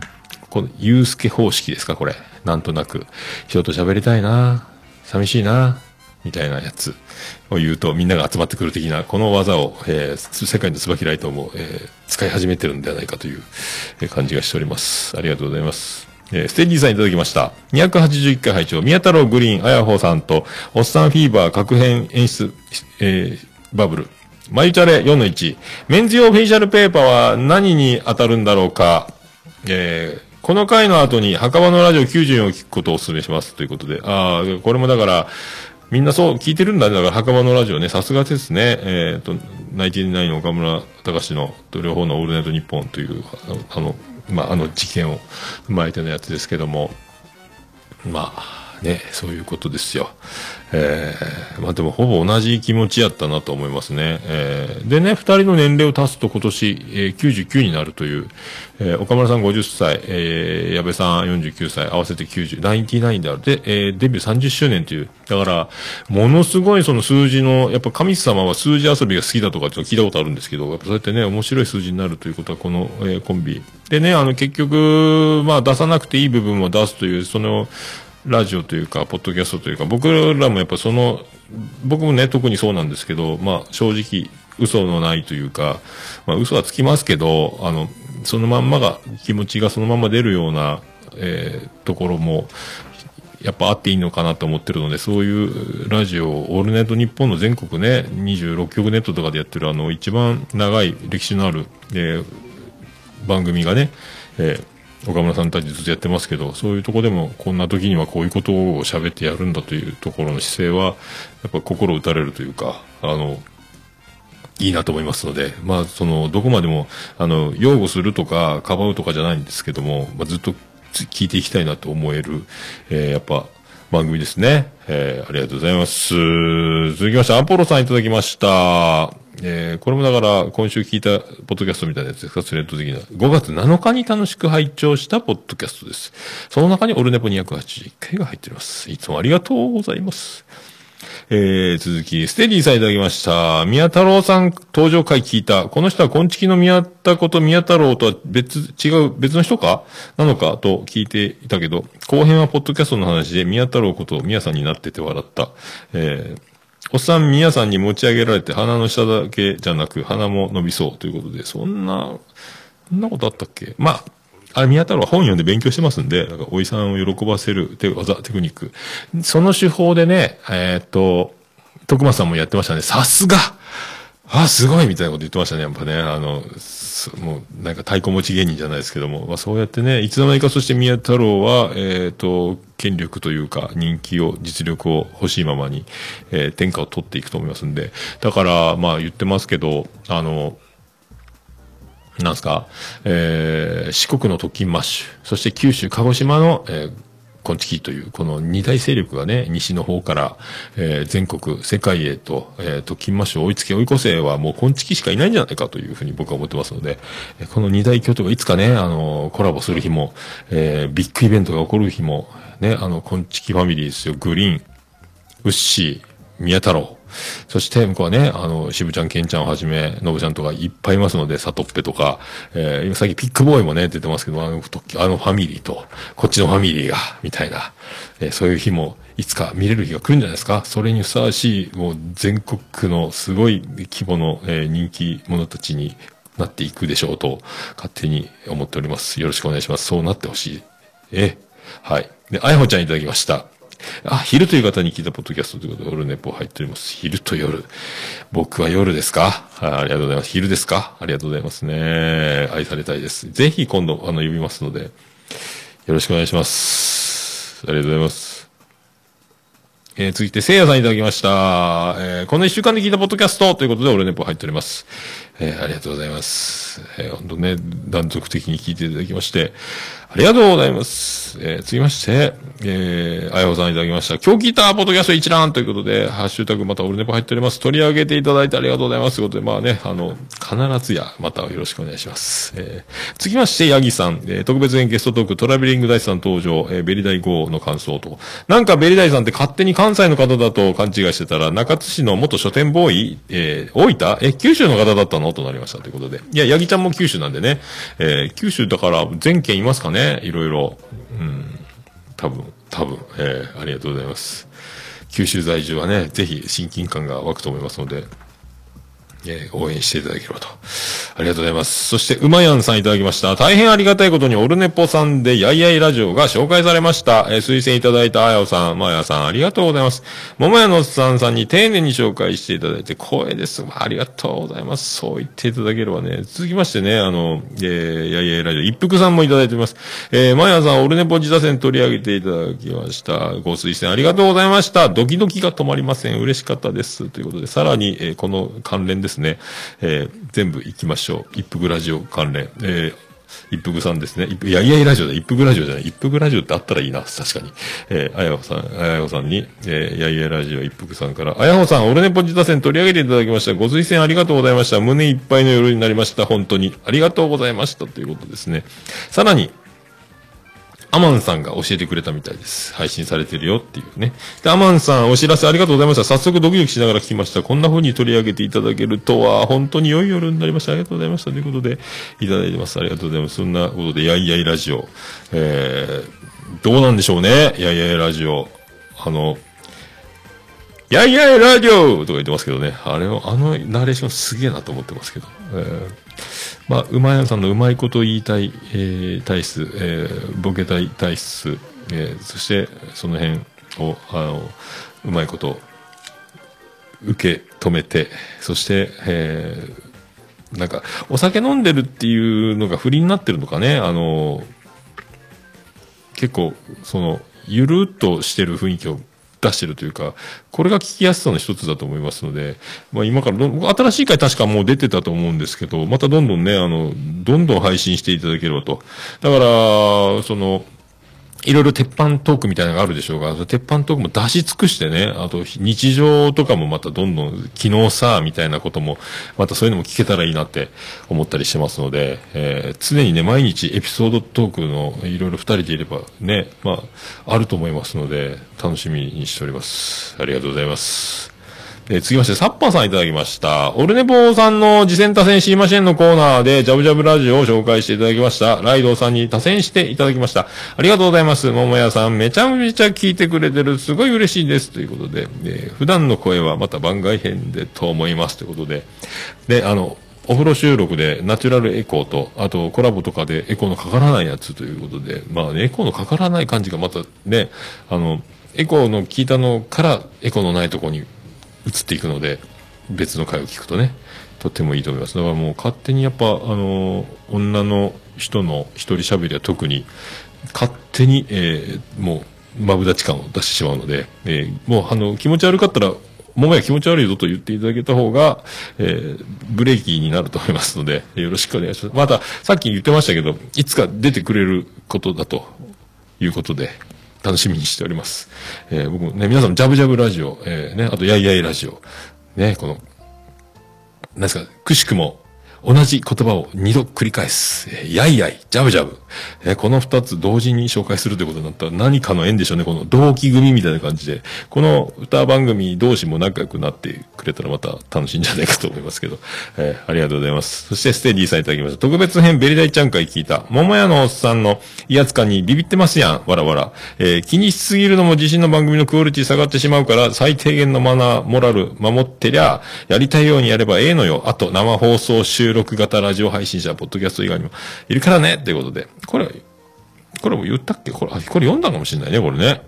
この、ゆうすけ方式ですか、これ。なんとなく。人と喋りたいな、寂しいな、みたいなやつを言うと、みんなが集まってくる的な、この技を、世界の椿ライトも、使い始めてるんではないかという、感じがしております。ありがとうございます。ステッディさんいただきました。281回拝聴、宮太郎グリーン、あやほさんと、おっさんフィーバー、各編演出、バブル。マユチャレ 4-1。メンズ用フェイシャルペーパーは何に当たるんだろうか。この回の後に墓場のラジオ94を聞くことをお勧めします。ということで。これもだから、みんなそう聞いてるんだね。だから墓場のラジオね、さすがですね。ナインティナインの岡村隆史の両方のオールナイトニッポンという、事件を踏まえてのやつですけども。まあ、ね、そういうことですよ。でもほぼ同じ気持ちやったなと思いますね。でね、二人の年齢を足すと今年、99になるという、岡村さん50歳、矢部さん49歳、合わせて90、99である。で、デビュー30周年という。だから、ものすごいその数字の、やっぱ神様は数字遊びが好きだとかって聞いたことあるんですけど、やっぱそうやってね、面白い数字になるということは、この、コンビ。でね、結局、出さなくていい部分を出すという、その、ラジオというか、ポッドキャストというか、僕らもやっぱ僕もね、特にそうなんですけど、正直、嘘のないというか、嘘はつきますけど、そのまんまが、気持ちがそのまま出るような、ところも、やっぱあっていいのかなと思ってるので、そういうラジオ、オールナイトニッポンの全国ね、26局ネットとかでやってる一番長い歴史のある、番組がね、岡村さんたちずっとやってますけど、そういうとこでもこんな時にはこういうことを喋ってやるんだというところの姿勢は、やっぱ心打たれるというか、いいなと思いますので、どこまでも、擁護するとか、かばうとかじゃないんですけども、ずっと聞いていきたいなと思える、やっぱ、番組ですね。ありがとうございます。続きまして、アポロさんいただきました。これもだから、今週聞いたポッドキャストみたいなやつですか、スレッド的な。5月7日に楽しく拝聴したポッドキャストです。その中にオルネポ281回が入っております。いつもありがとうございます。続き、ステディさんいただきました。宮太郎さん登場回聞いた。この人は昆虫の宮田こと宮太郎とは別の人かなのかと聞いていたけど、後編はポッドキャストの話で宮太郎こと宮さんになってて笑った。おっさん宮さんに持ち上げられて鼻の下だけじゃなく鼻も伸びそうということで、そんなことあったっけ。宮太郎は本読んで勉強してますんで、なんかおじさんを喜ばせるテクニック。その手法でね、徳松さんもやってましたね。さすがすごいみたいなこと言ってましたね、やっぱね。もう、なんか太鼓持ち芸人じゃないですけども、そうやってね、いつの間にかそして宮太郎は、権力というか、人気を、実力を欲しいままに、天下を取っていくと思いますんで。だから、言ってますけど、なんすか、四国の特勤マッシュ、そして九州、鹿児島の、昆虫という、この二大勢力がね、西の方から、全国、世界へと、特勤マッシュを追い越せはもう昆虫しかいないんじゃないかというふうに僕は思ってますので、この二大巨頭がいつかね、コラボする日も、ビッグイベントが起こる日も、ね、昆虫ファミリーですよ、グリーン、ウッシー、宮太郎、そして向こうはね、渋ちゃん、ケンちゃんをはじめ、ノブちゃんとかいっぱいいますので、サトッペとか、今さっきピックボーイもね、出てますけど、ファミリーと、こっちのファミリーが、みたいな、そういう日も、いつか見れる日が来るんじゃないですか。それにふさわしい、もう全国のすごい規模の、人気者たちになっていくでしょうと、勝手に思っております。よろしくお願いします。そうなってほしい。はい。で、あやほちゃんいただきました。昼という方に聞いたポッドキャストということで、オルネポ入っております。昼と夜。僕は夜ですか？ありがとうございます。昼ですか？ありがとうございますね。愛されたいです。ぜひ今度、呼びますので、よろしくお願いします。ありがとうございます。続いて、せいやさんいただきました。この1週間で聞いたポッドキャストということで、オルネポ入っております。ありがとうございます。本当ね、断続的に聞いていただきまして、ありがとうございます。続きまして、あやほさんいただきました。今日聞いたポッドキャスト一覧ということで、ハッシュタグまたオルネポ入っております。取り上げていただいてありがとうございます。ということで、必ずや、またよろしくお願いします。続きまして、ヤギさん、特別編ゲストトーク、トラベリングダイスさん登場、ベリダイ号の感想と。なんかベリダイさんって勝手に関西の方だと勘違いしてたら、中津市の元書店ボーイ、大分？九州の方だったののとなりましたということで。いや、ヤギちゃんも九州なんでね。九州だから全県いますかね、いろいろ。多分、ありがとうございます。九州在住はね、ぜひ親近感が湧くと思いますので、応援していただければと。ありがとうございます。そして、うまやんさんいただきました。大変ありがたいことに、オルネポさんで、やいやいラジオが紹介されました。推薦いただいたあやおさん、まやさん、ありがとうございます。ももやのおっさんに丁寧に紹介していただいて、光栄です。ありがとうございます。そう言っていただければね。続きましてね、やいやいラジオ、一服さんもいただいております。まやさん、オルネポ自他戦取り上げていただきました。ご推薦ありがとうございました。ドキドキが止まりません。嬉しかったです。ということで、さらに、この関連ですね。全部行きましょう。一服ラジオ関連。一服さんですね。いやいやラジオだ。一服ラジオじゃない。一服ラジオってあったらいいな。確かに。あやほさんに、やいやラジオ一服さんから、あやほさん、オルネポ自他戦取り上げていただきました。ご推薦ありがとうございました。胸いっぱいの夜になりました。本当に。ありがとうございました。ということですね。さらに、アマンさんが教えてくれたみたいです。配信されてるよっていうね。で、アマンさんお知らせありがとうございました。早速ドキドキしながら聞きました。こんな風に取り上げていただけるとは、本当に良い夜になりました。ありがとうございました。ということで、いただいてます。ありがとうございます。そんなことで、やいやいラジオ。どうなんでしょうね。やいやいラジオ。やいやいラジオとか言ってますけどね。ナレーションすげえなと思ってますけど。まあ、うまやんさんのうまいこと言いたい、体質、ボケたい体質、そして、その辺を、うまいこと、受け止めて、そして、なんか、お酒飲んでるっていうのが不利になってるのかね。結構、ゆるっとしてる雰囲気を出してるというか、これが聞きやすさの一つだと思いますので、まあ今から新しい回確かもう出てたと思うんですけど、またどんどんね、どんどん配信していただければと。だから、いろいろ鉄板トークみたいなのがあるでしょうが、鉄板トークも出し尽くしてね、あと日常とかもまたどんどん昨日さ、みたいなことも、またそういうのも聞けたらいいなって思ったりしてますので、常にね、毎日エピソードトークのいろいろ二人でいればね、まあ、あると思いますので、楽しみにしております。ありがとうございます。続きまして、サッパーさんいただきました。オルネポさんの次戦多戦知りませんのコーナーで、ジャブジャブラジオを紹介していただきました。ライドウさんに多戦していただきました。ありがとうございます。桃屋さん、めちゃめちゃ聞いてくれてる。すごい嬉しいです。ということで、普段の声はまた番外編でと思います。ということで、で、お風呂収録でナチュラルエコーと、あとコラボとかでエコーのかからないやつということで、まあね、エコーのかからない感じがまたね、エコーの聞いたのからエコーのないところに移っていくので、別の回を聞くとね、とってもいいと思います。だからもう勝手にやっぱ、女の人の一人喋りは特に、勝手に、もう、マブダチ感を出してしまうので、もう気持ち悪かったら、ももや気持ち悪いぞと言っていただけた方が、ブレーキになると思いますので、よろしくお願いします。また、さっき言ってましたけど、いつか出てくれることだということで、楽しみにしております。僕もね、皆さんもジャブジャブラジオ、ね、あとやいやいラジオ、ね、なんですか、くしくも、同じ言葉を2度繰り返す。やいやい、ジャブジャブ。この2つ同時に紹介するということになったら何かの縁でしょうね。この同期組みたいな感じで。この2番組同士も仲良くなってくれたらまた楽しいんじゃないかと思いますけど。ありがとうございます。そしてステディさんいただきました。特別編ベリダイちゃん会聞いた。桃屋のおっさんの威圧感にビビってますやん。わらわら。気にしすぎるのも自身の番組のクオリティ下がってしまうから最低限のマナー、モラル守ってりゃ、やりたいようにやればええのよ。あと生放送収録型ラジオ配信者、ポッドキャスト以外にもいるからね、っていうことで。これも言ったっけこれ読んだかもしんないね、これね。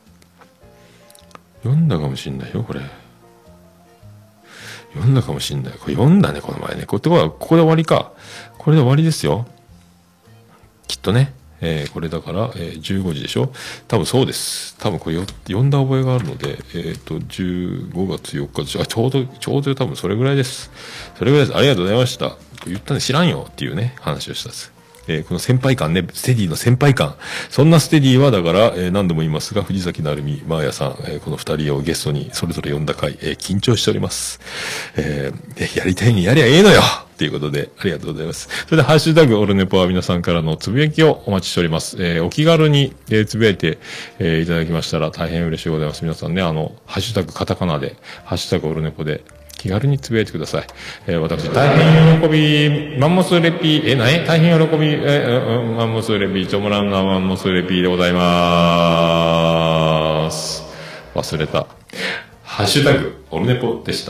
読んだかもしんないよ、これ。読んだかもしんない。これ読んだね、この前ね。これここで終わりか。これで終わりですよ。きっとね。これだから、15時でしょ多分そうです。多分これ読んだ覚えがあるので、15月4日でしょちょうど多分それぐらいです。それぐらいです。ありがとうございました。言ったね、知らんよっていうね、話をしたんです。この先輩感ね、ステディの先輩感。そんなステディはだから、何度も言いますが、藤崎成美、マーヤさん、この二人をゲストにそれぞれ呼んだ回、緊張しております。やりたいようにやりゃええのよということで、ありがとうございます。それで、ハッシュタグオルネポは皆さんからのつぶやきをお待ちしております。お気軽に、つぶやいて、いただきましたら大変嬉しいございます。皆さんね、ハッシュタグカタカナで、ハッシュタグオルネポで、 気軽につぶやいてください。私、大変喜び、マンモスレピー、大変喜び、マンモスレピー、チョモランナマンモスレピーでございます。忘れた。ハッシュタグ、オルネポでした。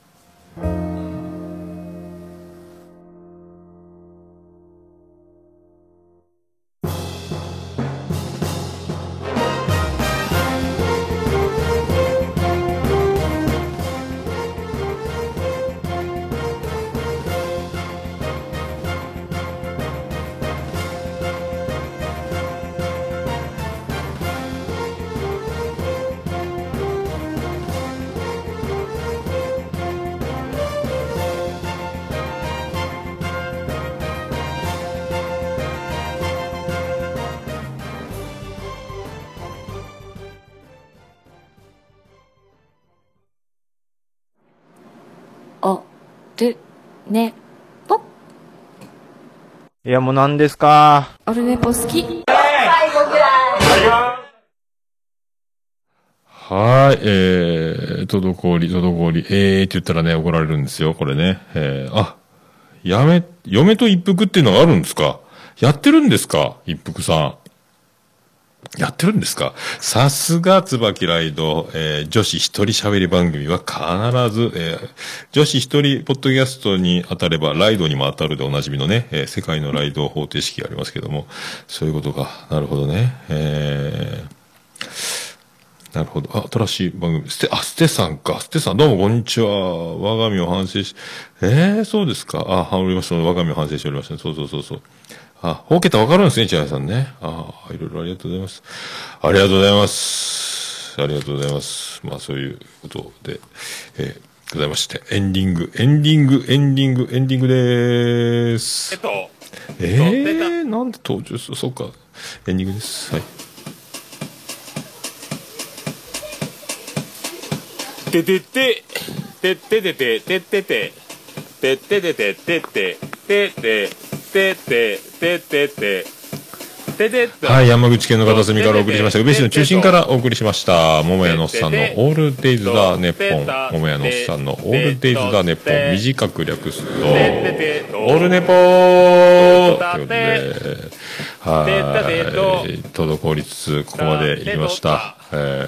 おるねぽ。 いや、もう何ですか。 オルネポ好き。 はい、滞り、って言ったらね、怒られるんですよ、これね。嫁と一服っていうのがあるんですか？やってるんですか？一服さん。やってるんですか？さすが、椿ライド、女子一人喋り番組は必ず、女子一人ポッドキャストに当たれば、ライドにも当たるでおなじみのね、世界のライド方程式がありますけども、そういうことか。なるほどね。なるほど。新しい番組。ステさんか。ステさん、どうもこんにちは。我が身を反省し、そうですか。おりました。我が身を反省しておりましたね。そう。ほうけたわかるんですね、千早さんね。いろいろありがとうございます。ありがとうございます。まあ、そういうことで、ございまして、エンディングでーす。なんで登場する？そうか。エンディングです。はい。 ててててててててててててててててててはい、山口県の片隅からお送りしました。宇部市の中心からお送りしました。桃屋のおっさんのオールデイズ・ザ・ネッポン。桃屋のおっさんのオールデイズ・ザ・ネッポン。短く略すと、オールネポーということで、滞りつつ、ここまで行きました。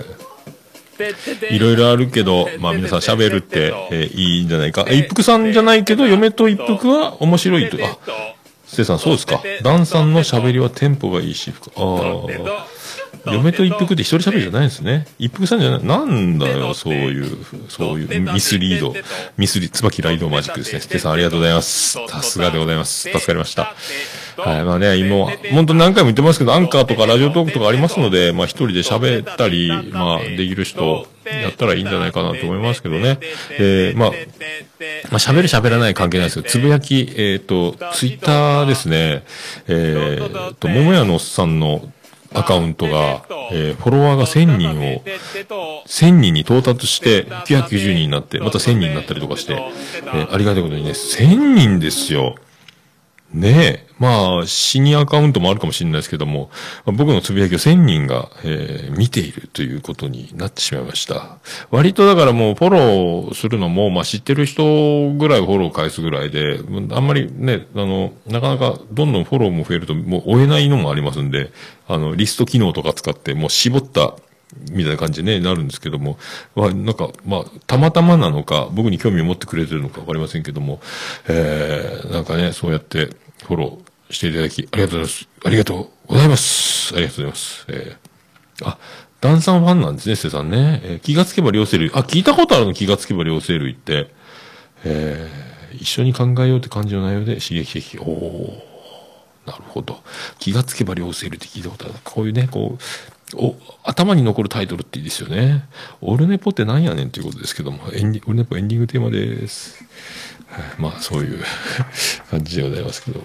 いろいろあるけど、まあ皆さん喋るって、いいんじゃないか。一服さんじゃないけど、嫁と一服は面白いと。ステさん、そうですか。ダンさんの喋りはテンポがいいし、嫁と一服って一人喋りじゃないんですね。一服さんじゃない。なんだよ、そういうミスリード、椿ライドマジックですね。ステさんありがとうございます。さすがでございます。助かりました。はい。まあね、今、本当に何回も言ってますけど、アンカーとかラジオトークとかありますので、まあ一人で喋ったり、まあできる人、やったらいいんじゃないかなと思いますけどね。まあ喋る喋らない関係ないですけど、つぶやき、ツイッターですね。桃屋のおっさんのアカウントが、フォロワーが1000人に到達して、990人になって、また1000人になったりとかして、ありがたいことにね、1000人ですよ。ねえ。まあ、シニアアカウントもあるかもしれないですけども、僕のつぶやきを1000人が、見ているということになってしまいました。割とだからもうフォローするのも、まあ知ってる人ぐらいフォロー返すぐらいで、あんまりね、なかなかどんどんフォローも増えるともう追えないのもありますんで、リスト機能とか使ってもう絞った、みたいな感じになるんですけども、なんか、まあ、たまたまなのか、僕に興味を持ってくれてるのかわかりませんけども、なんかね、そうやってフォローしていただき、ありがとうございます。ありがとうございます。ありがとうございます。ダンさんファンなんですね、ステさんね。気がつけば両生類。聞いたことあるの、気がつけば両生類って。一緒に考えようって感じの内容で刺激的。なるほど。気がつけば両生類って聞いたことある。こういうね、頭に残るタイトルっていいですよね。オルネポってなんやねんということですけども、オルネポエンディングテーマです。まあ、そういう感じでございますけど。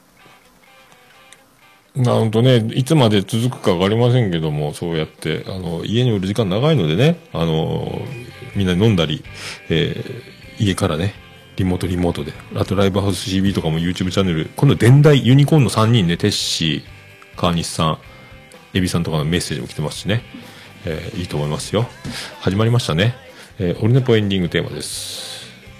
なんとね、いつまで続くかわかりませんけども、そうやって、家におる時間長いのでね、みんなで飲んだり、家からね、リモートで。あと、ライブハウス CB とかも YouTube チャンネル、今度、電大ユニコーンの3人で、テッシー、川西さん、エビさんとかのメッセージも来てますしね。いいと思いますよ。始まりましたね。オルネポエンディングテーマです。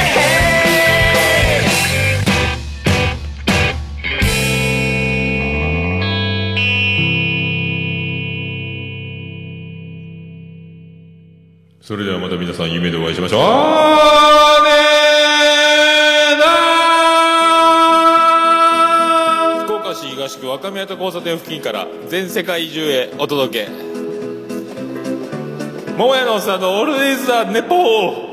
それではまた皆さん夢でお会いしましょう。あーねーだー。福岡市東区若宮と交差点付近から全世界中へお届け。桃屋のおっさんのオールディーズ・ザ・ネポー。